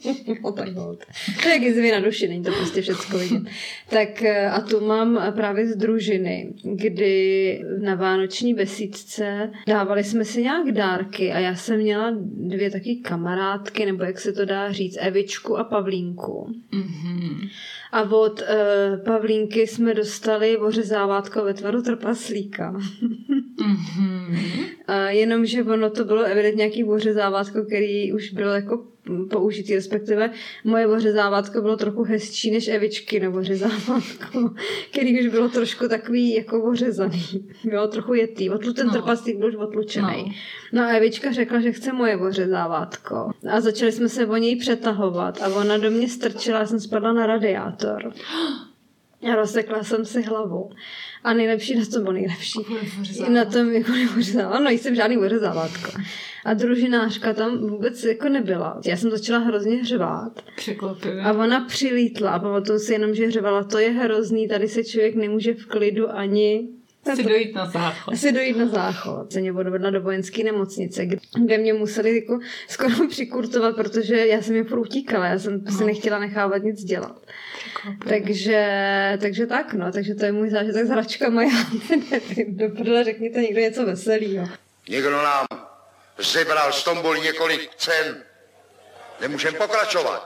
No tak hold. To je jak jizvy na duši, není to prostě všecko vidět. Tak a tu mám právě z družiny, kdy na vánoční besídce dávali jsme si nějak dárky a já jsem měla dvě taky kamarádky, nebo jak se to dá říct, Evičku a Pavlínku. Mm-hmm. A od uh, Pavlínky jsme dostali ořezávátko ve tvaru trpaslíka. Mm-hmm. uh, jenomže ono to bylo evidentně nějaký ořezávátko, který už bylo jako použitý, respektive moje ořezávátko bylo trochu hezčí než Evičky nebo ořezávátko, který už bylo trošku takový jako ořezaný. Bylo trochu jetý. Otlu ten no. trpaslík byl už otlučený. No. no a Evička řekla, že chce moje ořezávátko. A začali jsme se o něj přetahovat a ona do mě strčila, já jsem spadla na radiátor. A rozsekla jsem si hlavu. A nejlepší, na to bylo nejlepší. Na tom jako neořezává. No, jsem žádný ořezávátko. A družinářka tam vůbec jako nebyla. Já jsem začala hrozně hřevát. Překvapivě. A ona přilítla a pamatuju si jenom, že hřevala, to je hrozný, tady se člověk nemůže v klidu ani... Asi dojít na záchod. Asi dojít na záchod. Se mě odvedla do vojenské nemocnice, kde mě museli jako skoro přikurtovat, protože já jsem je furt utíkala, já jsem no. si nechtěla nechávat nic dělat. Takže, takže tak, no, takže to je můj zážitek s hračkama, já nevím, do prdele řekněte někdo něco veselýho. Někdo nám zebral z tombolí několik cen. Nemůžeme pokračovat.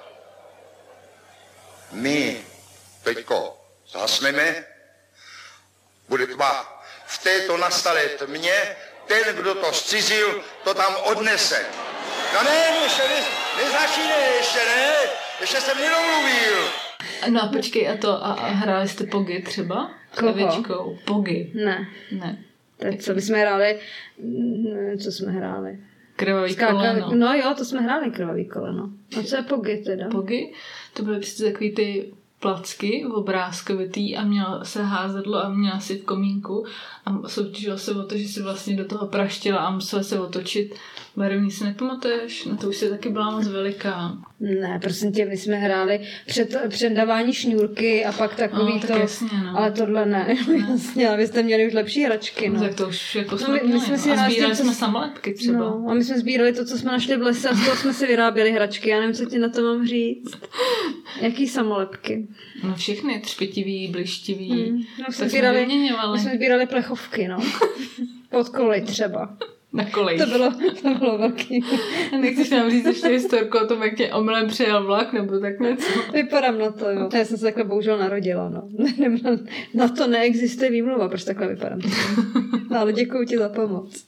My teďko zhasneme, bude tma. V této nastalé tmě ten, kdo to zcizil, to tam odnese. No ne, ještě ne, nezačínej, ještě ne, ještě jsem nedomluvil. No a počkej, a to, a, a hráli jste Pogy třeba? Koho? Evičkou. Pogy. Ne. Ne. Tak co, my jsme hráli, co jsme hráli? Krvavý Skáka, koleno. No jo, to jsme hráli krvavý koleno. A co je Pogy teda? Pogy, to byly přece takový ty placky obrázkovitý a měla se házedlo a měla si v komínku a soutěžilo se o to, že si vlastně do toho praštila a musela se otočit. Barevný si nepamatuješ? No to už se taky byla moc veliká. Ne, prosím tě, my jsme hráli před, předávání šňůrky a pak takový no, to, tak jasně, no. Ale tohle ne, ne. Jasně, ale vy jste měli už lepší hračky, no. no tak to už jako no, jsme my, měli, my jsme si no. A hráli sbírali tím, jsme co... samolepky třeba. No, a my jsme sbírali to, co jsme našli v lese a z toho jsme si vyráběli hračky, já nevím, co ti na to mám říct. Jaký samolepky? No všechny, třpitivý, blištivý, hmm. no, tak jsme sbírali, jsme vyměňovali. My jsme sbírali plechovky, no. Pod kolej třeba. Na kolejích. To bylo, to bylo velký. Nechceš nám říct ještě historku o tom, jak tě omylem přejel vlak, nebo tak něco? Vypadám na to, jo. Já jsem se takhle bohužel narodila, no. Na to neexistuje výmluva, proč takhle vypadám. Ale děkuju ti za pomoc.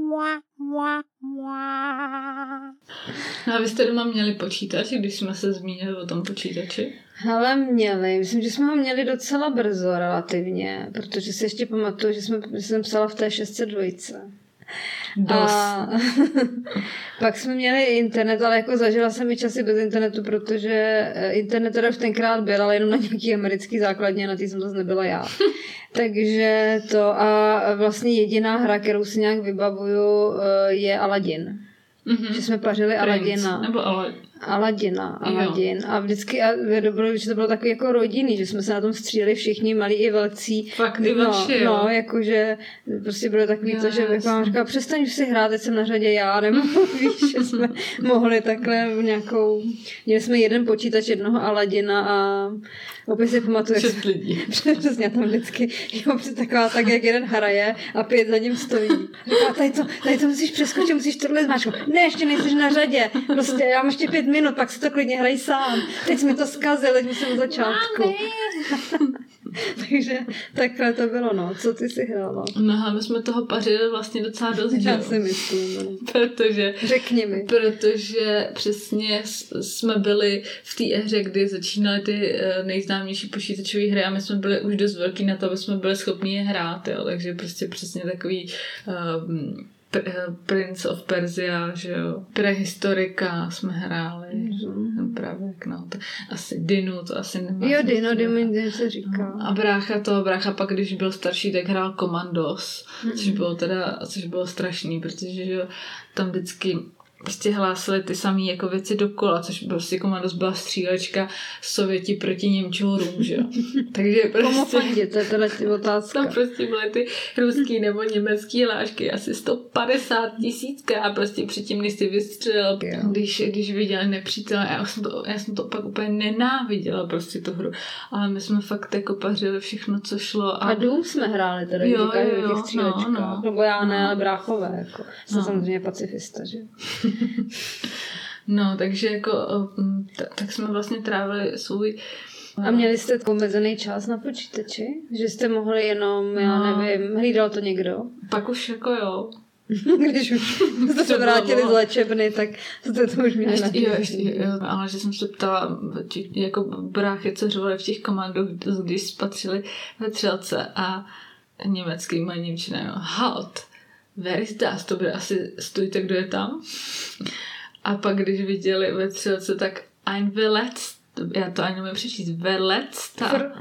No a vy jste doma měli počítač, když jsme se zmínili o tom počítači? Ale měli, myslím, že jsme ho měli docela brzo relativně, protože si ještě pamatuju, že, jsme, že jsem psala v té šest set dva. A pak jsme měli internet, ale jako zažila jsem i časy bez internetu, protože internet teda už tenkrát byl, ale jenom na nějaký americký základně, na tý jsem zase nebyla já. Takže to a vlastně jediná hra, kterou si nějak vybavuju, je Aladdin. Mm-hmm. Že jsme pařili Aladdina. Nebo Aladdin. Aladina, Aladin. A vždycky, a bylo, že to bylo takový jako rodinný, že jsme se na tom stříleli všichni, malí i velcí. Fakt i velcí, no, no, jakože prostě bylo takový to, že bych vám říkala, přestaň už si hrát, teď jsem na řadě já, nebo víš, že jsme mohli takhle nějakou, měli jsme jeden počítač jednoho Aladina a opět si pamatuju, jak šest lidí. Přesně tam vždycky, jo, taková tak, jak jeden hraje a pět za ním stojí. Říká, tady to, tady to musíš přeskočit, musíš tohle zmáčknout. Ne, ještě nejsi na řadě, prostě já mám ještě pět minut, pak si to klidně hraj sám. Teď jsi mi to zkazil, teď jsem od začátku. Takže takhle to bylo, no. Co ty si hrála? No a my jsme toho pařili vlastně docela dost, já si myslím, no. Protože... Řekni mi. Protože přesně jsme byli v té éře, kdy začínaly ty nejznámější počítačové hry a my jsme byli už dost velký na to, aby jsme byli schopni je hrát, jo. Takže prostě přesně takový... Um, Prince of Persia, že jo, prehistorika jsme hráli, mm. právě jak no, to, asi Dinu, to asi nemá. Jo, Dino, Dino se říká. No, a brácha to, brácha pak, když byl starší, tak hrál Commandos, mm. což bylo teda, což bylo strašný, protože že jo, tam vždycky prostě hlásili ty samé jako věci dokola, což prostě komandos byla střílečka Sověti proti Němčůrům, že jo. Takže prostě... Komu fandíte, tohle ty otázka. Tam prostě byly ty ruský nebo německý hlášky asi sto padesát tisíckrát prostě předtím, než si vystřelil, když, když viděl nepřítele. Já jsem, to, já jsem to pak úplně nenáviděla prostě tu hru. Ale my jsme fakt jako pařili všechno, co šlo. A, a Doom jsme hráli teda, jo, říkají jo, o těch střílečkách. No, no, nebo já ne, no. ale bráchové. Jako. Jsem no. samozřejmě pacifista, že? No, takže jako tak, tak jsme vlastně trávili svůj... A měli jste omezený čas na počítači? Že jste mohli jenom, já no. nevím, hlídal to někdo? Pak už jako jo. Když už jste se vrátili z léčebny, tak jste to už měli ještě, jo, ještě, jo, ale že jsem se ptala, jako bráchy, co řvali v těch komandách, když spatřili ve třelce a německým a němčinem, halt, where is das? To bude asi stůjte, kdo je tam. A pak, když viděli ve třelce, tak ein Verletz, já to ani nemůžu přečíst, Verletzter.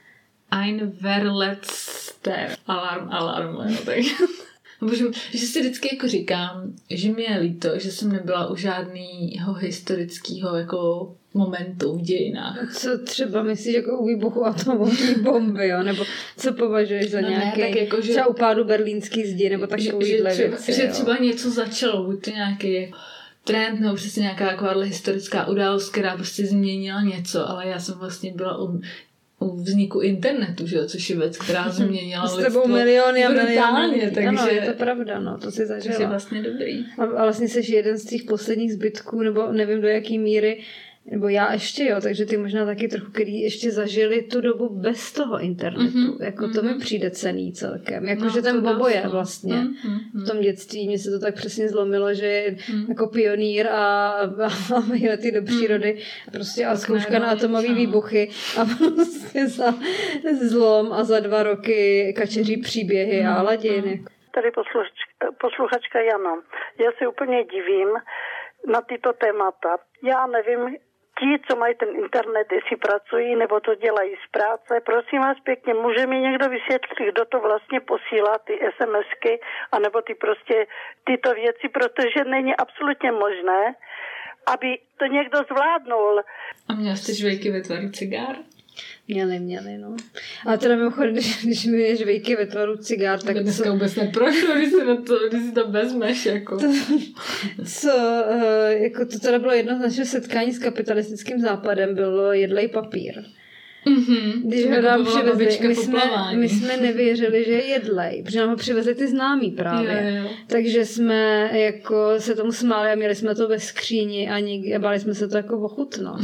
Ein Verletzter. Alarm, alarm. Jo, tak. Bože, že si vždycky jako říkám, že mi je líto, že jsem nebyla u žádného historického jako momentu v dějinách. Co třeba myslíš jako u výbuchu atomové bomby, jo? Nebo co považuješ za no nějaký, ne, tak jako, že, třeba u pádu berlínský zdi, nebo takovýhle věci, že třeba něco začalo, buď to nějaký trend, nebo přesně nějaká takováhle historická událost, která prostě změnila něco, ale já jsem vlastně byla u, u vzniku internetu, že jo, což je věc, která změnila lidstvo. S tebou miliony a miliony. Takže, ano, je to pravda, no, to si zažila. Takže je vlastně dobrý. A, a vlastně jsi jeden z těch posledních zbytků, nebo nevím do jaký míry, nebo já ještě, jo, takže ty možná taky trochu, který ještě zažili tu dobu bez toho internetu. Mm-hmm, jako mm-hmm. to mi přijde cenný celkem. Jakože no, ten Bobo je vlastně. Mm-hmm. V tom dětství mě se to tak přesně zlomilo, že je mm-hmm. jako pionýr a, a výlety do přírody. Mm-hmm. Prostě a zkouška na atomový výbuchy a prostě za zlom a za dva roky kačeří příběhy mm-hmm. a Aladin. Tady posluchačka, posluchačka Jana. Já se úplně divím na tyto témata. Já nevím, ti, co mají ten internet, jestli pracují, nebo to dělají z práce. Prosím vás pěkně, může mi někdo vysvětlit, kdo to vlastně posílá, ty SMSky, anebo ty prostě tyto věci, protože není absolutně možné, aby to někdo zvládnul. A měl jste žvejky ve tvaru cigár? Měli, měli, no. A teda mimochodem, když, když mi je žvejky ve tvaru cigár, tak to... Dneska vůbec neprošlo, když si, na to, když si to vezmeš, jako. To, co, uh, jako to teda bylo jedno z našeho setkání s kapitalistickým západem, bylo jedlej papír. Mm-hmm. Když ho nám přivezli, my jsme, my jsme nevěřili, že je jedlej, protože nám ho přivezli ty známí právě. Jo, jo. Takže jsme jako se tomu smáli a měli jsme to ve skříni a, nik, a báli jsme se to jako ochutnat.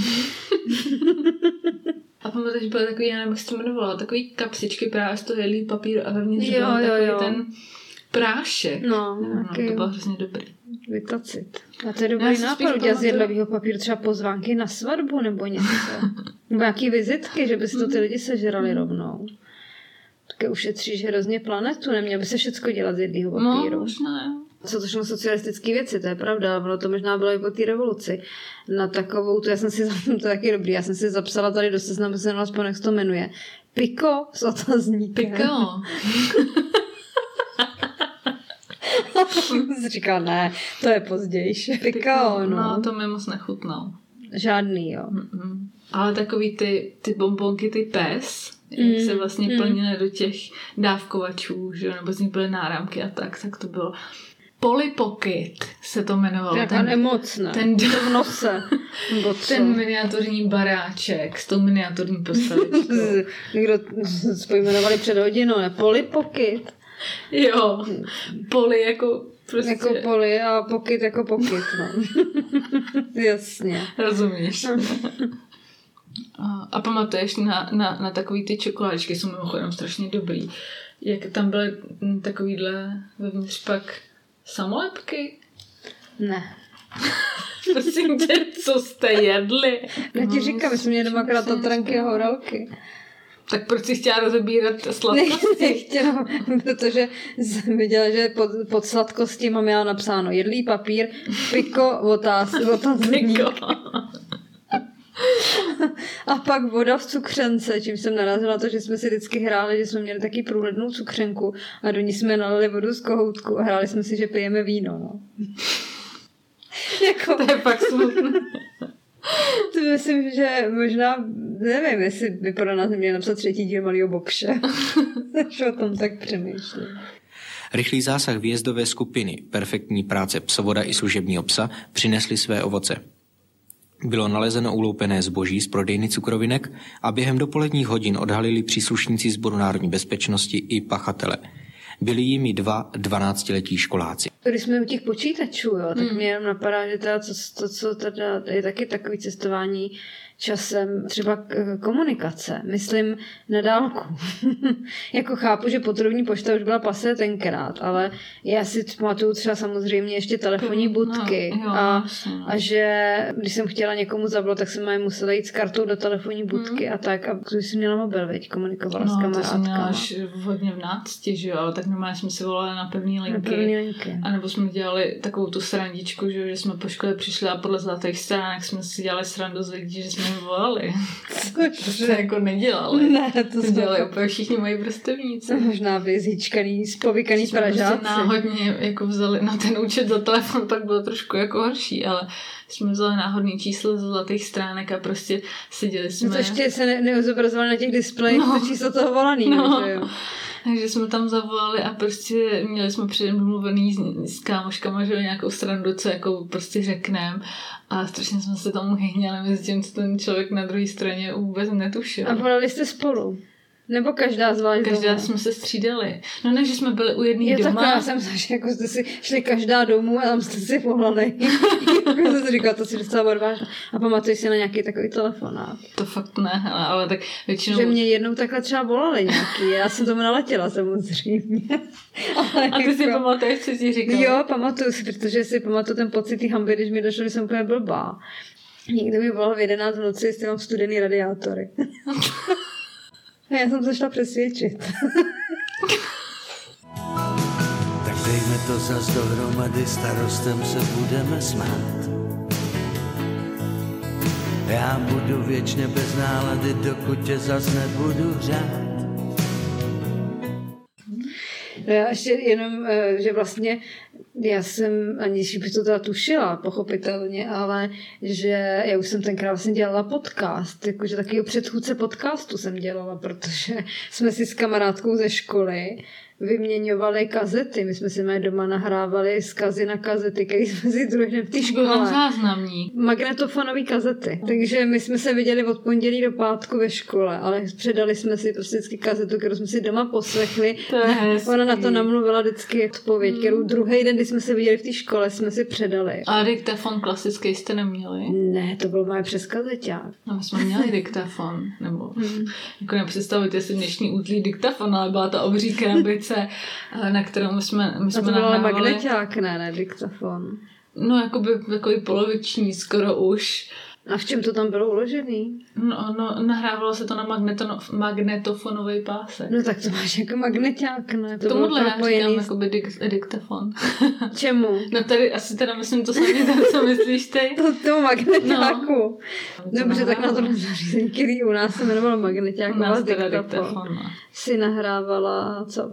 A pamatuješ, že byly takový, já nevím, jak se to jmenovalo, takový kapsičky právě z toho jedlý papíru a vevnitř byl takový jo. ten prášek. No, no, no to bylo hrozně dobrý. Vytacit. A to je dobrý nápad udělat z jedlovýho papíru třeba pozvánky na svatbu nebo něco. Nebo nějaký vizitky, že by si to ty lidi sežrali rovnou. Také ušetříš hrozně planetu, neměl by se všecko dělat z jedlýho papíru. No, možná jo. Jsou to všechno socialistické věci, to je pravda, ono to možná bylo i po té revoluci. Na takovou, to já jsem si, to je taky dobrý, já jsem si zapsala tady do seznamu, se aspoň jak se to jmenuje. Piko s otazníkem. Piko. Jsi říkal, ne, to je pozdější. Piko, no. No, to mi moc nechutnal. Žádný, jo. Mm-mm. Ale takový ty, ty bonbonky, ty pes, mm. jak se vlastně mm. plnily do těch dávkovačů, že? Nebo z nich byly náramky a tak, tak to bylo. Polly Pocket se to jmenovalo. Jaká nemocná. Ten to v nose. Ten miniaturní baráček s tou miniaturní postavičkou. Někdo pojmenovali před hodinou, ne? Polly Pocket. Jo. Polly jako prostě... Jako Polly a Pocket jako Pocket, no. Jasně. Rozumíš. A, a pamatuješ na, na, na takový ty čokoládičky, jsou mimochodem strašně dobrý. Jak tam byly takovýhle vevnitř pak samolepky? Ne. Prosím tě, co jste jedli? Já ti říkám, my jsme měli dvakrát tatranky a horelky. Tak proč jsi chtěla rozebírat sladkosti? Nechtěla, protože jsem viděla, že pod, pod sladkosti mám já napsáno jedlý papír, piko, otáz, otazník. A pak voda v cukřence, čím jsem narazila na to, že jsme si vždycky hráli, že jsme měli taky průhlednou cukřenku a do ní jsme nalili vodu z kohoutku a hráli jsme si, že pijeme víno. No. jako... To je fakt smutné. To myslím, že možná, nevím, jestli by pro nás neměl napsat třetí díl Malýho Bobše. Že o tom tak přemýšlím. Rychlý zásah výjezdové skupiny, perfektní práce psovoda i služebního psa přinesly své ovoce. Bylo nalezeno uloupené zboží z prodejny cukrovinek a během dopoledních hodin odhalili příslušníci Sboru národní bezpečnosti i pachatele. Byli jimi dva dvanáctiletí školáci. Když jsme u těch počítačů, jo, tak hmm. mě jenom napadá, že teda to, to, co teda je taky takový cestování časem, třeba komunikace. Myslím na dálku. Jako chápu, že potrubní pošta už byla pasé tenkrát, ale já si pamatuju třeba samozřejmě ještě telefonní budky. No, jo, a, a že když jsem chtěla někomu zavolat, tak jsem musela jít s kartou do telefonní budky hmm. a tak. A když jsem měla mobil, veď, komunikovala no, s kamarádkama. No, to jsem měla až hodně v nácti, že jo, ale tak normálně jsme si volali na pevný linky. Na pevný linky. A nebo jsme dělali takovou tu srandičku, že, že jsme po škole přišli a podle zlatých stránek jsme si dělali srandu z lidí, že jsme volali. To se jako nedělali. Ne, to, to dělali úplně všichni moji vrstevníci. Možná vy zhýčkaný, spovykaný pražáci. Prostě náhodně jako vzali na ten účet za telefon, pak bylo trošku jako horší, ale jsme vzali náhodný číslo z zlatých stránek a prostě seděli jsme. No to ještě se ne- neuzobrazovali na těch displejích, no. To číslo toho volaný. No. Že jo? Takže jsme tam zavolali a prostě měli jsme předem domluvený s, s kámoškama, že nějakou srandu, co jako prostě řekneme. A strašně jsme se tomu hyhněli mezi tím, co ten člověk na druhé straně vůbec netušil. A volali jste spolu? Nebo každá z vás Každá doma? jsme se střídali. No ne, že jsme byli u jedný jo, doma. Jo, já jsem že jako jste si šli každá domů a tam jste si volali. Jako jsem si říkala, to si docela odvážně. A pamatuješ si na nějaký takový telefonát? To fakt ne, ale, ale tak většinou... Že mě jednou takhle třeba volali nějaký. Já jsem tomu naletěla samozřejmě. Ale a ty jako... si pamatuješ, co ti říkala? Jo, pamatuju si, protože si pamatuju ten pocit té hamby, když mi došlo, že jsem úplně blbá. Někdo mi volal v jedenáct v noci, jestli mám studený radiátory. A já jsem se šla přesvědčit. Tak dejme to zas dohromady, starostem se budeme smát. Já budu věčně bez nálady, dokud tě zas nebudu řád. No já ještě jenom, že vlastně já jsem, aniž bych to teda tušila, pochopitelně, ale že já už jsem tenkrát vlastně dělala podcast, jakože takového předchůdce podcastu jsem dělala, protože jsme si s kamarádkou ze školy vyměňovali kazety. My jsme si mé doma nahrávali zkazy na kazety, které jsme si druhý den v té škole. Byl záznamník. Magnetofonové kazety. Takže my jsme se viděli od pondělí do pátku ve škole, ale předali jsme si prostě vždycky kazetu, kterou jsme si doma poslechli. To Ona na to namluvila vždycky odpověď, hmm. kterou druhý den, kdy jsme se viděli v té škole, jsme si předali. A diktafon klasický jste neměli? Ne, to byl moje přes kazeťák. No, my jsme měli diktafon, nebo hmm. jako nepředstavujte si dnešní útlý diktafon, ale byla to obří krabice, na kterou my jsme, my jsme a to byl ale nahrávali... magneťák, ne, ne, diktafon. No, jakoby takový poloviční, skoro už. A v čem to tam bylo uložený? No, no nahrávalo se to na magneto, magnetofonový pásek. No tak to máš jako magneťák, ne? To tomuhle já říkám jakoby dik, diktafon. Čemu? No tady asi teda myslím to samé, co myslíš ty? To, to magneťáku. No. Dobře, tak na to zařízení, který u nás se jmenovalo magneťák, u nás teda diktafon. No. Si nahrávala co?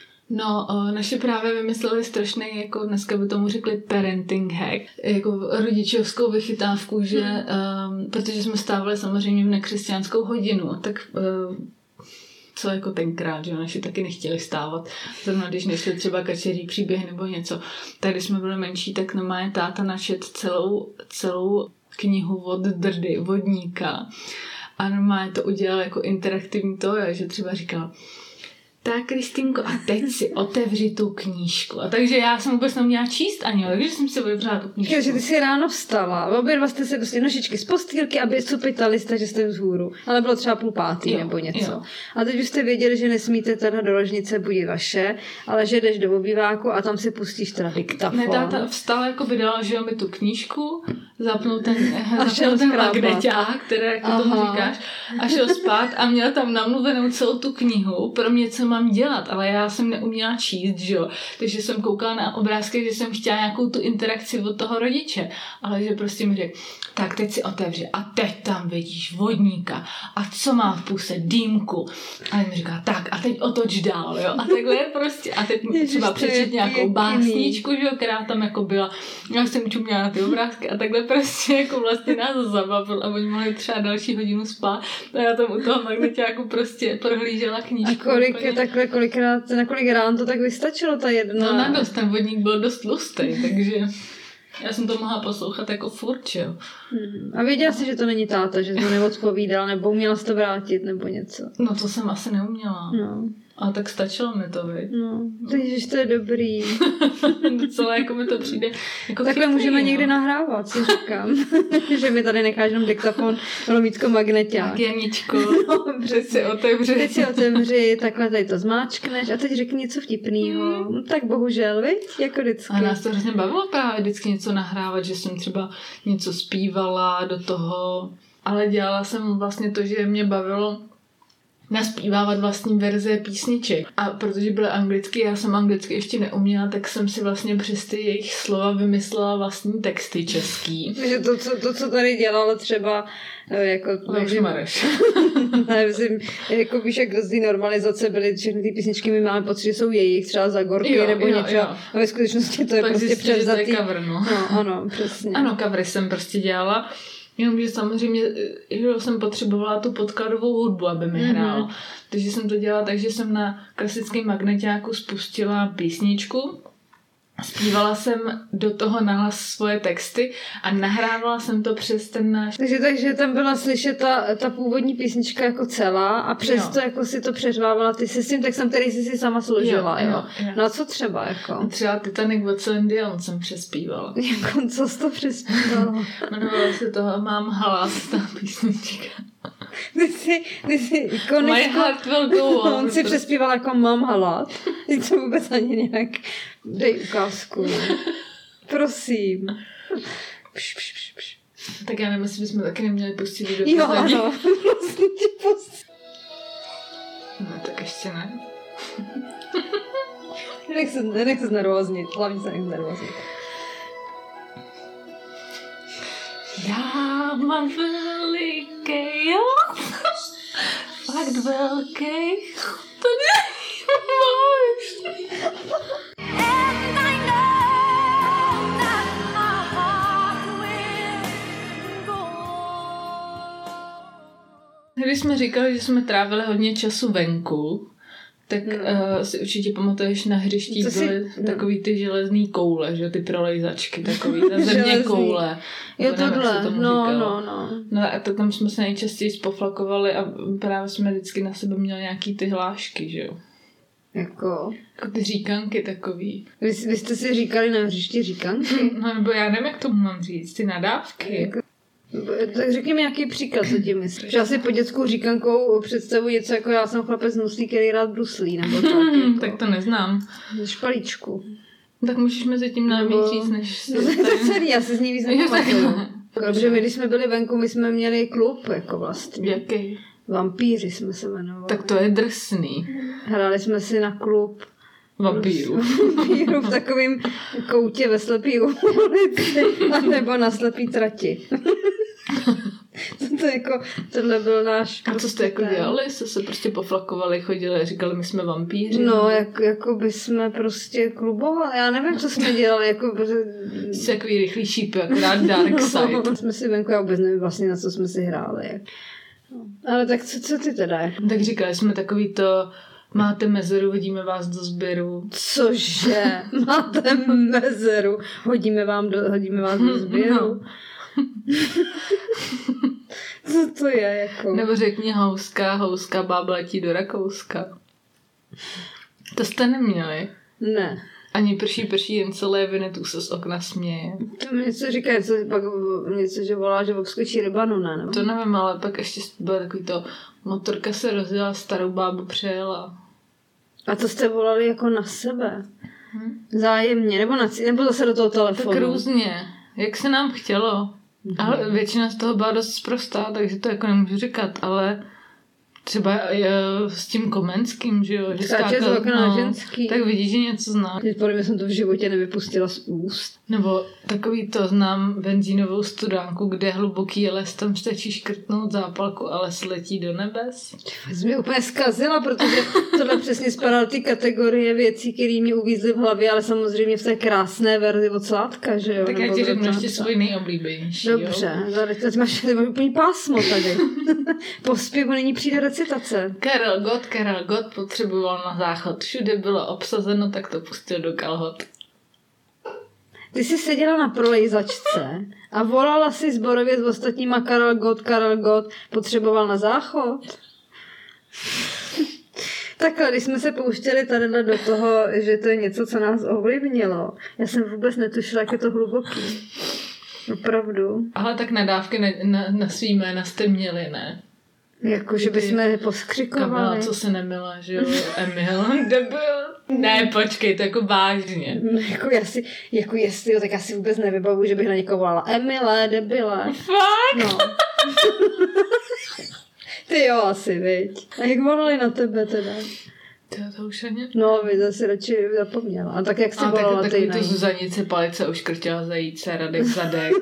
No, naše právě vymysleli strašný, jako dneska by tomu řekli parenting hack, jako rodičovskou vychytávku, že, um, protože jsme stávali samozřejmě v nekřesťanskou hodinu, tak um, co jako tenkrát, že naši taky nechtěli stávat, zrovna když nešli třeba kačeří příběhy nebo něco, tak když jsme byli menší, tak normálně táta načet celou, celou knihu od Drdy, vodníka a normálně to udělal jako interaktivní to, že třeba říkal: tak, Kristýnko, a teď si otevři tu knížku. A takže já jsem vůbec neměla číst ani, takže jsem si otevřela tu knížku. Takže ty jsi ráno vstala, obě dva jste se prostě nožičky z postýlky, aby supitali jste, že jste vzhůru. Ale bylo třeba půl pátý jo, nebo něco. Jo. A teď už jste věděli, že nesmíte teda do ložnice budit vaše, ale že jdeš do obýváku a tam si pustíš teda diktafon. Ne, táta vstala, jako by dala, že jo, mi tu knížku, zapnul ten, zapnul ten magneťák, které, jak tomu říkáš, a šel spát a měl tam namluvenou celou tu knihu pro mě, co mám dělat, ale já jsem neuměla číst, že jo. Takže jsem koukala na obrázky, že jsem chtěla nějakou tu interakci od toho rodiče, ale že prostě mi řekl, tak teď si otevři a teď tam vidíš vodníka a co má v puse, dýmku. A mi říká, tak a teď otoč dál, jo. A takhle je prostě, a teď Ježiš, třeba přečet nějakou básničku, že jo, která tam jako byla. Já jsem čuměla na ty obrázky a takhle prostě jako vlastně nás zabavil a oni mohli třeba další hodinu spát. A já tam u toho magneťáku prostě prohlížela knížku. A kolik úplně. Takhle, kolikrát, na kolik rán to tak vystačilo ta jedna? No na dost, ten vodník byl dost tlustý, takže já jsem to mohla poslouchat jako furt, jo. Hmm. A věděla jsi, že to není táta, že to neodpovídal, nebo uměla jsi to vrátit, nebo něco? No to jsem asi neuměla. No. A tak stačilo mi to, viď? No, takže to je dobrý. Docela jako mi to přijde jako takhle chytrý, můžeme no. někdy nahrávat, si říkám. Že mi tady necháš jenom diktafon, lomítko magneťák. Tak Janičko, no, teď si otevři. Teď si otevři, takhle tady to zmáčkneš a teď řekni něco vtipnýho. Mm. No, tak bohužel, viď? Jako vždycky. A nás to hrozně bavilo právě vždycky něco nahrávat, že jsem třeba něco zpívala do toho, ale dělala jsem vlastně to, že mě bavilo naspívávat vlastní verze písniček. A protože byly anglicky, já jsem anglicky ještě neuměla, tak jsem si vlastně přes ty jejich slova vymyslela vlastní texty český. Takže to, co, to, co tady dělala třeba jako... Leoš Mareš. Ne, myslím, jako víš, jak z té normalizace byly všechny ty písničky, my máme pocit, že jsou jejich, třeba Zagorky jo, nebo jo, něco. Jo. A ve skutečnosti to je tak prostě zjistili, převzatý. To je cover, no. No, ano, přesně. Ano, covery jsem prostě dělala. Jenomže samozřejmě, že jsem potřebovala tu podkladovou hudbu, aby mi hrála. Mm-hmm. Takže jsem to dělala tak, že jsem na klasickém magneťáku spustila písničku, zpívala jsem do toho nahlas svoje texty a nahrávala jsem to přes ten náš... Takže, takže tam byla slyšet ta, ta původní písnička jako celá a přesto jako si to přeřvávala ty se s tím textem, který jsi si sama složila, jo? jo. jo. jo. No a co třeba jako? Třeba Titanic od Celine Dion jsem přespívala. Jako co jsi to přespívala? Jmenovala se toho Mám hlas, ta písnička. Ty jsi, ty jsi ikonicky... My heart will go on. On si přespíval jako Mám hlad. Ty to vůbec ani nějak... Dej ukázku. Prosím. Pš, pš, pš, pš. Tak já nevím, jestli bychom taky neměli pustit do Jo, ano. Vlastně tě pustit. No, tak ještě ne. Nech se, nech se znervoznit. Hlavně se nech znervoznit. Já mám veliký, jo. Fakt velký. To nemáš. Když jsme říkali, že jsme trávili hodně času venku, tak no. uh, si určitě pamatuješ, na hřištích byly si... takový ty železný koule, že ty prolejzačky, takový ta země koule. Jo, tohle, no, no, no. No a to tam jsme se nejčastěji spoflakovali a právě jsme vždycky na sebe měli nějaký ty hlášky, že jo. Jako? Jako ty říkanky takový. Vy, vy jste si říkali na hřišti říkanky? No nebo já nevím, jak tomu mám říct, ty nadávky. Jako... Tak řekni mi nějaký příklad, co ti myslíš. Že asi po dětskou říkankou představuji něco jako já jsem chlapec nuslý, který rád bruslí, nebo tak. Jako. Tak to neznám. Špalíčku. Tak můžeš mezi tím nám nebo... říct, než... No to je to celý, já si z ní víc nepamatuju. Protože my, když jsme byli venku, my jsme měli klub, jako vlastně. Jaký? Vampíři jsme se jmenovali. Tak to je drsný. Hráli jsme si na klub vampíru. Vampíru v takovém koutě ve slepý ulici, a nebo na slepý trati. to jako, tohle byl náš... A co jste jako dělali? Jste se prostě poflakovali, chodili, říkali, my jsme vampíři? No, jak, jako by jsme prostě klubovali. Já nevím, co jsme dělali. Jako... Jsi takový rychlý šíp, akorát dark side. No, jsme si venku, já vůbec nevím vlastně, na co jsme si hráli. No. Ale tak co, co ty teda? Jako? Tak říkali jsme takový to... Máte mezeru, hodíme vás do sběru. Cože? Máte mezeru, hodíme, vám do, hodíme vás do sběru. No. Co to je jako? Nebo řekni houska, houska, bába letí do Rakouska. To jste neměli? Ne. Ani prší, prší, jen celé Vinetu se z okna směje. To mi něco říká, něco, pak něco, že volá, že obskočí rybanu, ne? Nebo? To nevím, ale pak ještě bylo takový to, motorka se rozjela, starou bábu přejela. A to jste volali jako na sebe? Hmm? Zájemně, nebo, na, nebo zase do toho telefonu? Tak různě, jak se nám chtělo. Hmm. Ale většina z toho byla dost sprostá, takže to jako nemůžu říkat, ale Třeba uh, s tím Komenským, že jo? Že skáče z okna na ženský. Tak vidíš, že něco zná. Podle mě jsem to v životě nevypustila z úst. Nebo takový to znám benzínovou studánku, kde hluboký je les, tam stačí škrtnout zápalku a les letí do nebes. Jsi mě úplně zkazila, protože tohle přesně spadá do ty kategorie věcí, které mě uvízly v hlavě, ale samozřejmě v té krásné verzi od Sládka, že jo? Tak já ti řeknu ještě svůj nejoblíbenější. Dobře, teď máš úplně pásmo tady. Po zpěvu není přijde recitace. Karel Gott, Karel Gott potřeboval na záchod. Všude bylo obsazeno, tak to pustil do kalhot. Ty jsi seděla na prolejzačce a volala si zborově s ostatníma Karel Gott, Karel Gott potřeboval na záchod. Takhle, když jsme se pouštěli tady do toho, že to je něco, co nás ovlivnilo, já jsem vůbec netušila, jak je to hluboký. Opravdu. Ale tak nadávky na, na, na svý jména jste měli, ne? Jako, že bychom poskřikovali. Kamila, co se nemila, že jo? Emil, debil. Ne, počkej, to jako vážně. Jako, já si, jako jestli, jo, tak já si vůbec nevybavuji, že bych na někoho volala. Emile, debile. Fakt? No. Ty jo, asi, viď. A jak volali na tebe teda? To, to už ani... No, vy zase radši zapomněla. A tak jak jsi volala tak, ty takový to Zuzanice palice uškrtila zajíce, Radek zadek.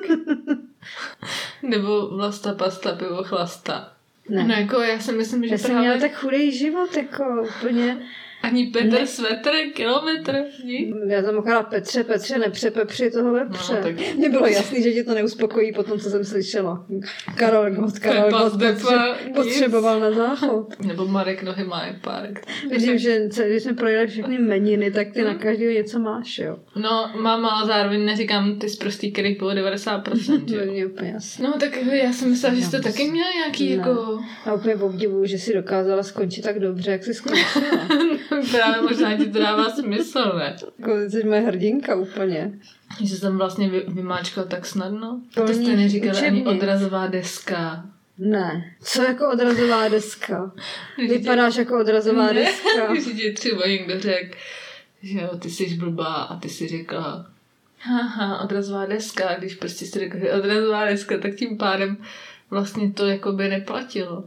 Nebo Vlasta pasta, pivo chlasta. Ne. No jako já si myslím, že já jsem právě... měla tak chudý život, jako úplně... Ani Petr ne. Svetr, kilometr, nic. Já jsem akorát Petře, Petře, nepřepepři toho vepře. No, tak... Mně bylo jasný, že tě to neuspokojí po tom, co jsem slyšela. Karel Gott, Karel Gott potře- potřeboval na záchod. Nebo Marek Nohy má párek. Vidím, že když jsme projeli všechny meniny, tak ty hmm. na každého něco máš, jo. No, mám, ale zároveň neříkám ty z prostý, kterých bylo devadesát procent, jo. To je úplně jasný. No, tak já jsem myslela, že jste taky měla nějaký, ne. jako... A úplně obdivuju, že jsi dokázala skončit tak dobře, jak jsi skončila. Právě možná ti to dává smysl, ne? Jako jsi moje hrdinka úplně. Že jsem vlastně vy, vymáčkala tak snadno. To, to jste neříkala ani odrazová deska. Ne. Co jako odrazová deska? Vypadáš jako odrazová ne, deska. Když ti třeba někdo řekl, že jo, ty jsi blbá a ty si řekla haha, odrazová deska. A když prostě jsi řekla, že odrazová deska, tak tím pádem vlastně to jako by neplatilo.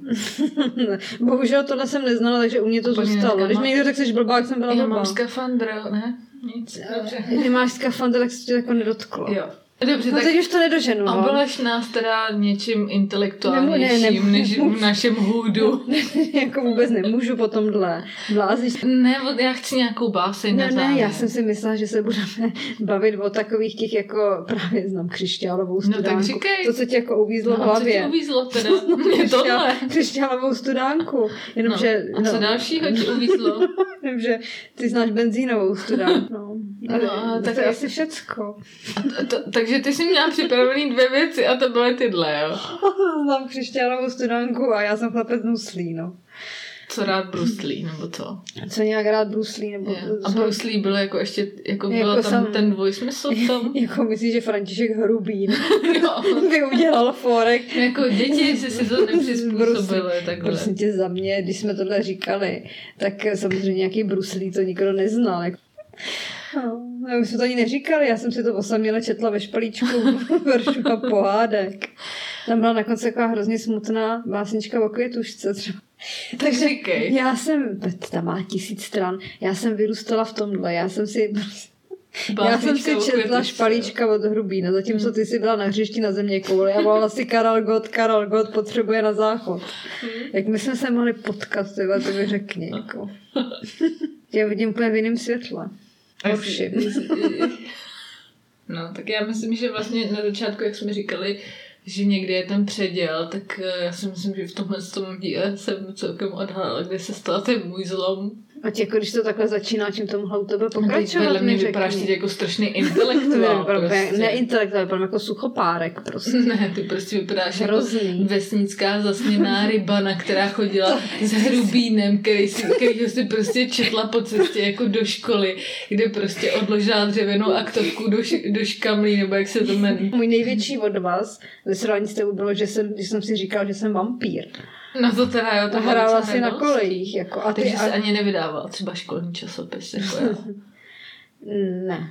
Bohužel tohle jsem neznala, takže u mě to Pane zůstalo. Když mi někdo řekl, že jsi blbá, jak jsem byla já blbá. Já mám skafandr, ne? Nic. Dobře. Když máš skafandr, tak se tě jako nedotklo. Jo. Dobře, no tak teď už to nedoženu. A oblaž nás teda něčím intelektuálnějším ne, ne, než v našem hůdu. Jako vůbec nemůžu po tomhle blázit. Ne, já chci nějakou báseň ne, na závěr. Ne, já jsem si myslela, že se budeme bavit o takových těch jako právě znám křišťálovou studánku. No tak říkej. To, co tě jako uvízlo no, v hlavě. No co tě uvízlo teda? Mě tohle. Křišťálovou studánku. Jenom, no. že, A co no. dalšího ti uvízlo? Jenom, že ty znáš benzínovou studánku. No. No, tak to je asi všecko. A to, takže ty jsi měla připravený dvě věci a to byly tyhle, jo? Znám křišťálovou studánku a já jsem chlapec nuslí, no. Co rád bruslí, nebo co? Co nějak rád bruslí, nebo... Yeah. A bruslí bylo jako ještě, jako bylo jako tam sam, ten dvojsmysl tam? Jako myslíš, že František Hrubín by udělal forek. Jako děti si si to nepřizpůsobili, takhle. Prosím tě, za mě, když jsme tohle říkali, tak samozřejmě nějaký bruslí to nikdo neznal, jako. No, my jsme to ani neříkali, já jsem si to osaměle četla ve špalíčku veršů a pohádek. Tam byla na konci taková hrozně smutná básnička o květušce třeba. Takže říkej. Já jsem, tam má tisíc stran, já jsem vyrůstala v tomhle, já jsem si... Já jsem si četla špalíčka od Hrubína, zatímco ty si byla na hřišti na země kouli a volala si Karel Gott, Karel Gott potřebuje na záchod. Jak my jsme se mohli potkat, tyhle, to mi řekni. Jako. Já vidím úplně v jiném světle. Ovšim. No, tak já myslím, že vlastně na začátku, jak jsme říkali, že někdy je ten předěl, tak já si myslím, že v tomhle tom díle jsem celkem odhalila, kde se stal ten můj zlom. Ať jako když to takhle začíná, čím to mohla u tebe pokračovat, vedle mě vypadáš teď jako strašný intelektuál. prostě. Ne intelektuál, vypadám jako suchopárek prostě. Ne, ty prostě vypadáš Hrozný. Jako vesnická zasněná rybana, která chodila s Hrubínem, který si, kterýho si prostě četla po cestě jako do školy, kde prostě odložila dřevěnou aktovku do, š- do škamlí, nebo jak se to jmenuje. Můj největší od vás ve srovnání s tebou bylo, že jsem, když jsem si říkal, že jsem vampír. No to teda jo, to hrála si na kolejích. Jako, a ty, takže a... se ani nevydával třeba školní časopis. Jako já. Ne.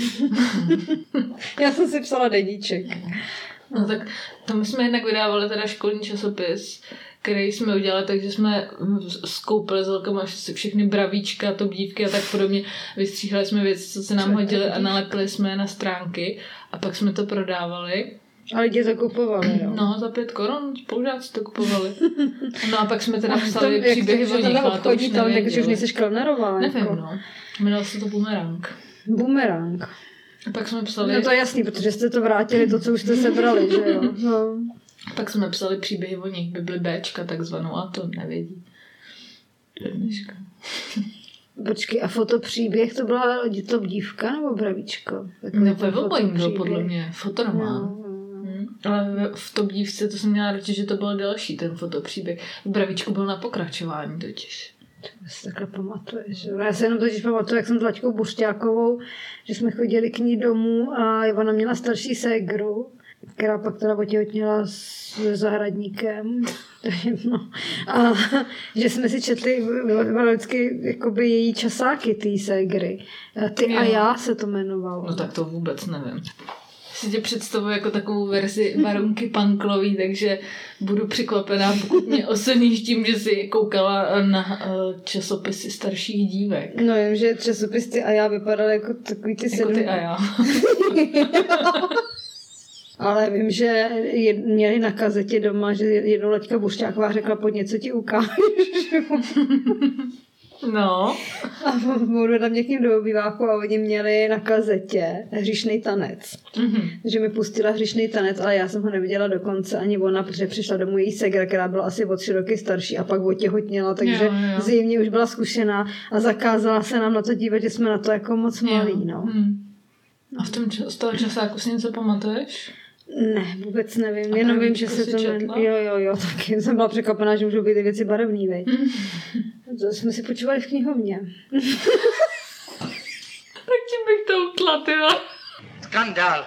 Já jsem si psala deníček. No tak to my jsme jednak vydávali teda školní časopis, který jsme udělali, takže jsme skoupili s velkama všechny bravíčka, top dívky a tak podobně. Vystříhali jsme věci, co se nám hodily a nalepili jsme je na stránky a pak jsme to prodávali. A lidi to kupovali, jo? No, za pět korun, spolužáci to kupovali. No a pak jsme teda psali to, příběhy o nich, ale to už nevěděli. Takže už nejseš klavnerová. Nevím, jako. no. Jmenovalo se to Bumerang. Bumerang. A pak jsme psali... No to je jasný, protože jste to vrátili, to, co už jste sebrali, že jo? No. Pak jsme psali příběhy o nich, Bibli Béčka takzvanou, a to nevědí. Dneška. Počkej, a fotopříběh to byla top dívka nebo bravíčko? No ve obojím byl podle mě fotoromán. No. Hmm. Ale v top dívce to jsem měla radši, že to bylo delší ten fotopříběh. V bravíčku byl na pokračování totiž. To si takhle pamatuješ. Já se jenom totiž pamatuju, jak jsem s Laďkou Bušťákovou, že jsme chodili k ní domů a ona měla starší ségru, která pak teda otěhotněla s zahradníkem. No. A že jsme si četli vždycky jakoby její časáky, ty ségry. Ty jo. A já se to jmenovalo. No tak to vůbec nevím. Si tě představuji jako takovou verzi Barunky Panklový, takže budu překvapená, pokud mě oceníš tím, že jsi koukala na časopisy starších dívek. No vím, že časopisy a já vypadaly jako takový ty sedm... Jako ty a já. Ale vím, že jed, měli na kazetě doma, že jednou Laďka Bušťáková řekla, pojď něco ti ukážu. No. A budu tam někým do obýváku a oni měli na kazetě Hříšnej tanec. Mm-hmm. Takže mi pustila Hříšnej tanec, ale já jsem ho neviděla dokonce ani ona, protože přišla domů její segra, která byla asi o tři roky starší a pak otěhotněla, takže jo, jo. Zjevně už byla zkušená a zakázala se nám na to dívat, že jsme na to jako moc malí. No. Mm. A v tom, z toho časáku si něco pamatuješ? Ne, vůbec nevím, a jenom vím, že se to jmenuje. Jo, jo, jo, taky jsem byla překvapená, že můžou být ty věci barevný, veď. Mm. To jsme si počívali v knihovně. Tak tím bych to utla, tyva. Skandál.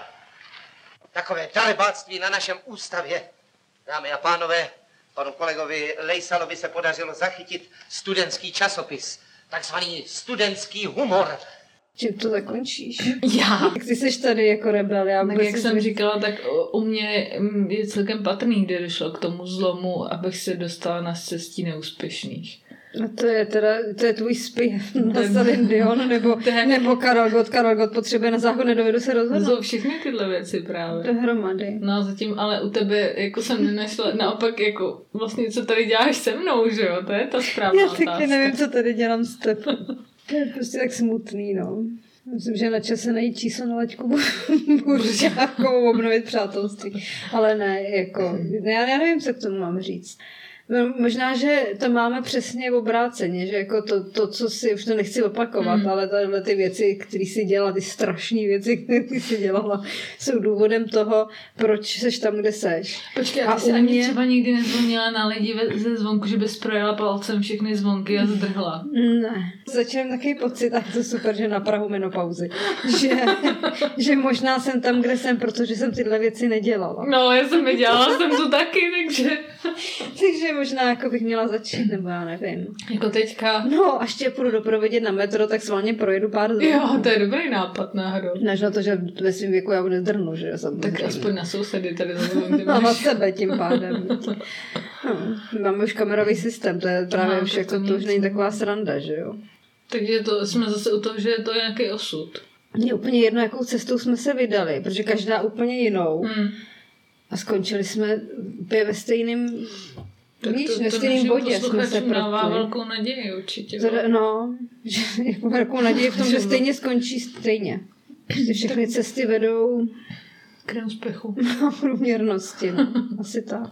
Takové darebáctví na našem ústavě. Dámy a pánové, panu kolegovi Lejsalovi se podařilo zachytit studentský časopis. Takzvaný studentský humor. Čím to zakončíš? Já. Jak ty seš tady jako rebel. Já tak jak jsem říkala, tak u mě je celkem patrný, kde došlo k tomu zlomu, abych se dostala na cestí neúspěšných. A to je teda, to je tvůj spěch na Celine Dion, nebo, nebo Karel Gott. Karel Gott potřebuje na záchod, nedovedu se rozhodnout. To jsou všechny tyhle věci právě. Dohromady. No zatím ale u tebe jako jsem nenašla, naopak jako vlastně co tady děláš se mnou, že jo? To je ta správná Já otázka. Já taky nevím, co tady dělám s tebou. To je prostě tak smutný, no. Myslím, že na čase najít číslo na Laďku Bušťákovou, obnovit přátelství. Ale ne, jako, já, já nevím, co k tomu mám říct. Možná, že to máme přesně obráceně, že jako to, to co si, už to nechci opakovat, mm. ale tahle ty věci, které si dělala, ty strašné věci, které si dělala, jsou důvodem toho, proč seš tam, kde seš. Počkej, a ty jsi mě... ani třeba nikdy nezvonila na lidi ze zvonku, že bys projela palcem všechny zvonky a zdrhla? Ne. Začínám takový pocit, a je to super, že na prahu menopauzy, že, že možná jsem tam, kde jsem, protože jsem tyhle věci nedělala. No, já jsem nedělala, jsem to taky, takže... takže možná jako bych měla začít, nebo já nevím. Jako teďka. No, až tě půjdu doprovodit na metro, tak svalně projedu pár zvonů. Jo, to je dobrý nápad náhodou. Než na to, že ve svým věku já už nezdrhnu, že jsem. Tak aspoň na sousedy tady zazvonky. A na sebe tím pádem. No, máme už kamerový systém, to je právě no, už jako, to, to už není taková sranda, že jo. Takže to jsme zase u toho, že je to nějaký osud. Je úplně jedno, jakou cestou jsme se vydali, protože každá úplně jinou. Hmm. A skončili jsme úplně ve stejným, tak víš, to, ve stejným bodě jsme se protli. Dává velkou naději určitě. To, no, že jako velkou naději v tom, že stejně skončí stejně. Že všechny cesty vedou k neúspěchu. Na průměrnosti, no. Asi tak.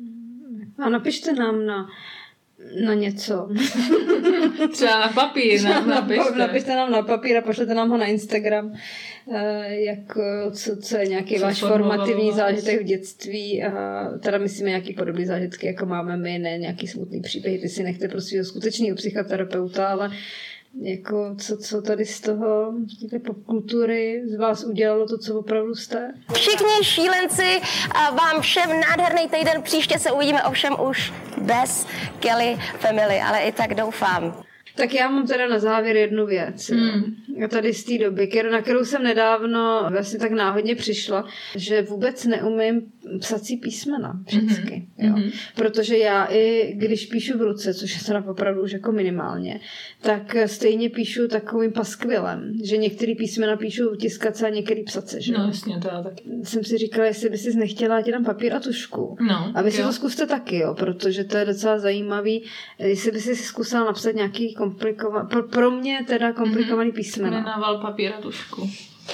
A napište nám na na něco. Třeba na papír. Na, napište. napište nám na papír a pošlete nám ho na Instagram. Jak, co, co je nějaký co váš formativní zážitek v dětství a teda myslíme nějaký podobný zážitky, jako máme my, ne nějaký smutný příběh, ty si nechte pro svého skutečného psychoterapeuta, ale jako co, co tady z toho, z té popkultury z vás udělalo to, co opravdu jste? Všichni šílenci a vám všem nádherný týden, příště se uvidíme ovšem už bez Kelly Family, ale i tak doufám. Tak já mám teda na závěr jednu věc. Mm. Jo. Tady z té doby, na kterou jsem nedávno vlastně tak náhodně přišla, že vůbec neumím psací písmena vždycky. Mm-hmm. Jo. Protože já i když píšu v ruce, což je teda opravdu už jako minimálně, tak stejně píšu takovým paskvilem, že některý písmena píšu tiskace a některý psace. Že? No jasně, to já taky. Jsem si říkala, jestli by si nechtěla, ať tam papír a tušku. No, a vy si jo. to zkuste taky, jo, protože to je docela zajímavý. Jestli by si zkusila napsat nějaký komplikovaný, pro, pro mě teda komplikovaný mm-hmm. písmena. Nenával papír a tušku.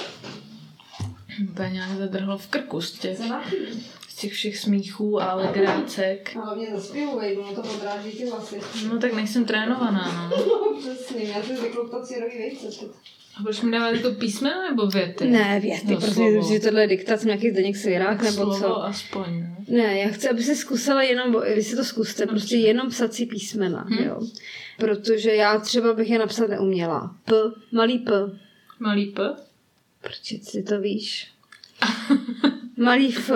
To je nějak zadrhlo v krku z těch, z těch všech smíchů a legrácek. Ale mě zaspěvuje, ono to odráží ty vlasy. No tak nejsem trénovaná, no. No přesně, já si zvyklu to sírový vejce. A budeš mi dávat jako písmeno nebo věty? Ne, věty, no, protože že tohle je diktat nějaký Zdeněk Svěrák nebo slovo co. aspoň, ne? Ne, já chci, aby si zkusila jenom, vy si to zkuste, Dobře. prostě jenom psací písmena, hm. jo. Protože já třeba bych je napsat neuměla. P, malý P. Malý P? Proč si to víš? Malý F.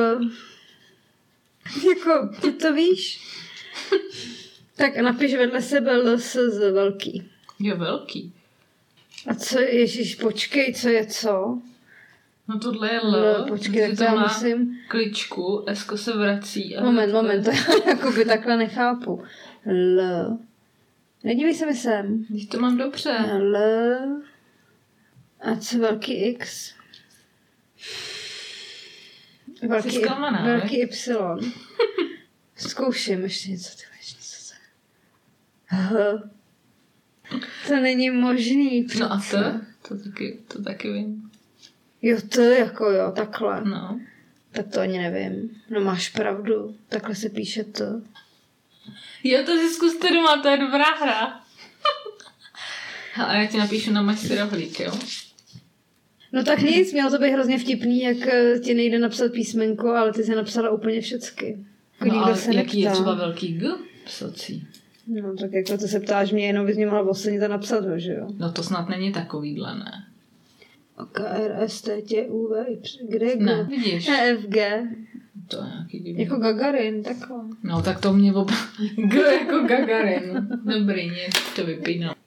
Jako, ty to víš? Tak napiš vedle sebe L S z velký. Jo, velký. A co, ježiš, počkej, co je co? No tohle je L, L počkej, tak to já musím... kličku, S se vrací. A moment, moment, to já jakoby takhle nechápu. L. Nedívej se mi sem. Když to mám dobře. L. A co velký X? Velký, Jsi zklamaná, velký Y. Zkouším ještě něco. Ty něco H. To není možný. Přece. No a T? To taky, to taky vím. Jo, to jako jo, takhle. No. Tak to ani nevím. No máš pravdu. Takhle se píše to. Jo, to si zkuste doma, to je dobrá hra. A já ti napíšu na Mačce rohlík, jo? No tak nic, mělo to být hrozně vtipný, jak ti nejde napsat písmenko, ale ty jsi napsala úplně všecky. Jako no a se jaký neptá. Je třeba velký G psací? No tak jako to se ptáš mě, jenom bys mě mohla posledně to napsat, že jo? No to snad není takovýhle, ne? K, R, S, T, T, U, V, Y, kde je G? Ne, vidíš. E, F, G. To je nějaký divný. Jako Gagarin, takhle. No tak to mě opravdu... G jako Gagarin. Dobrý, nic to vypínal.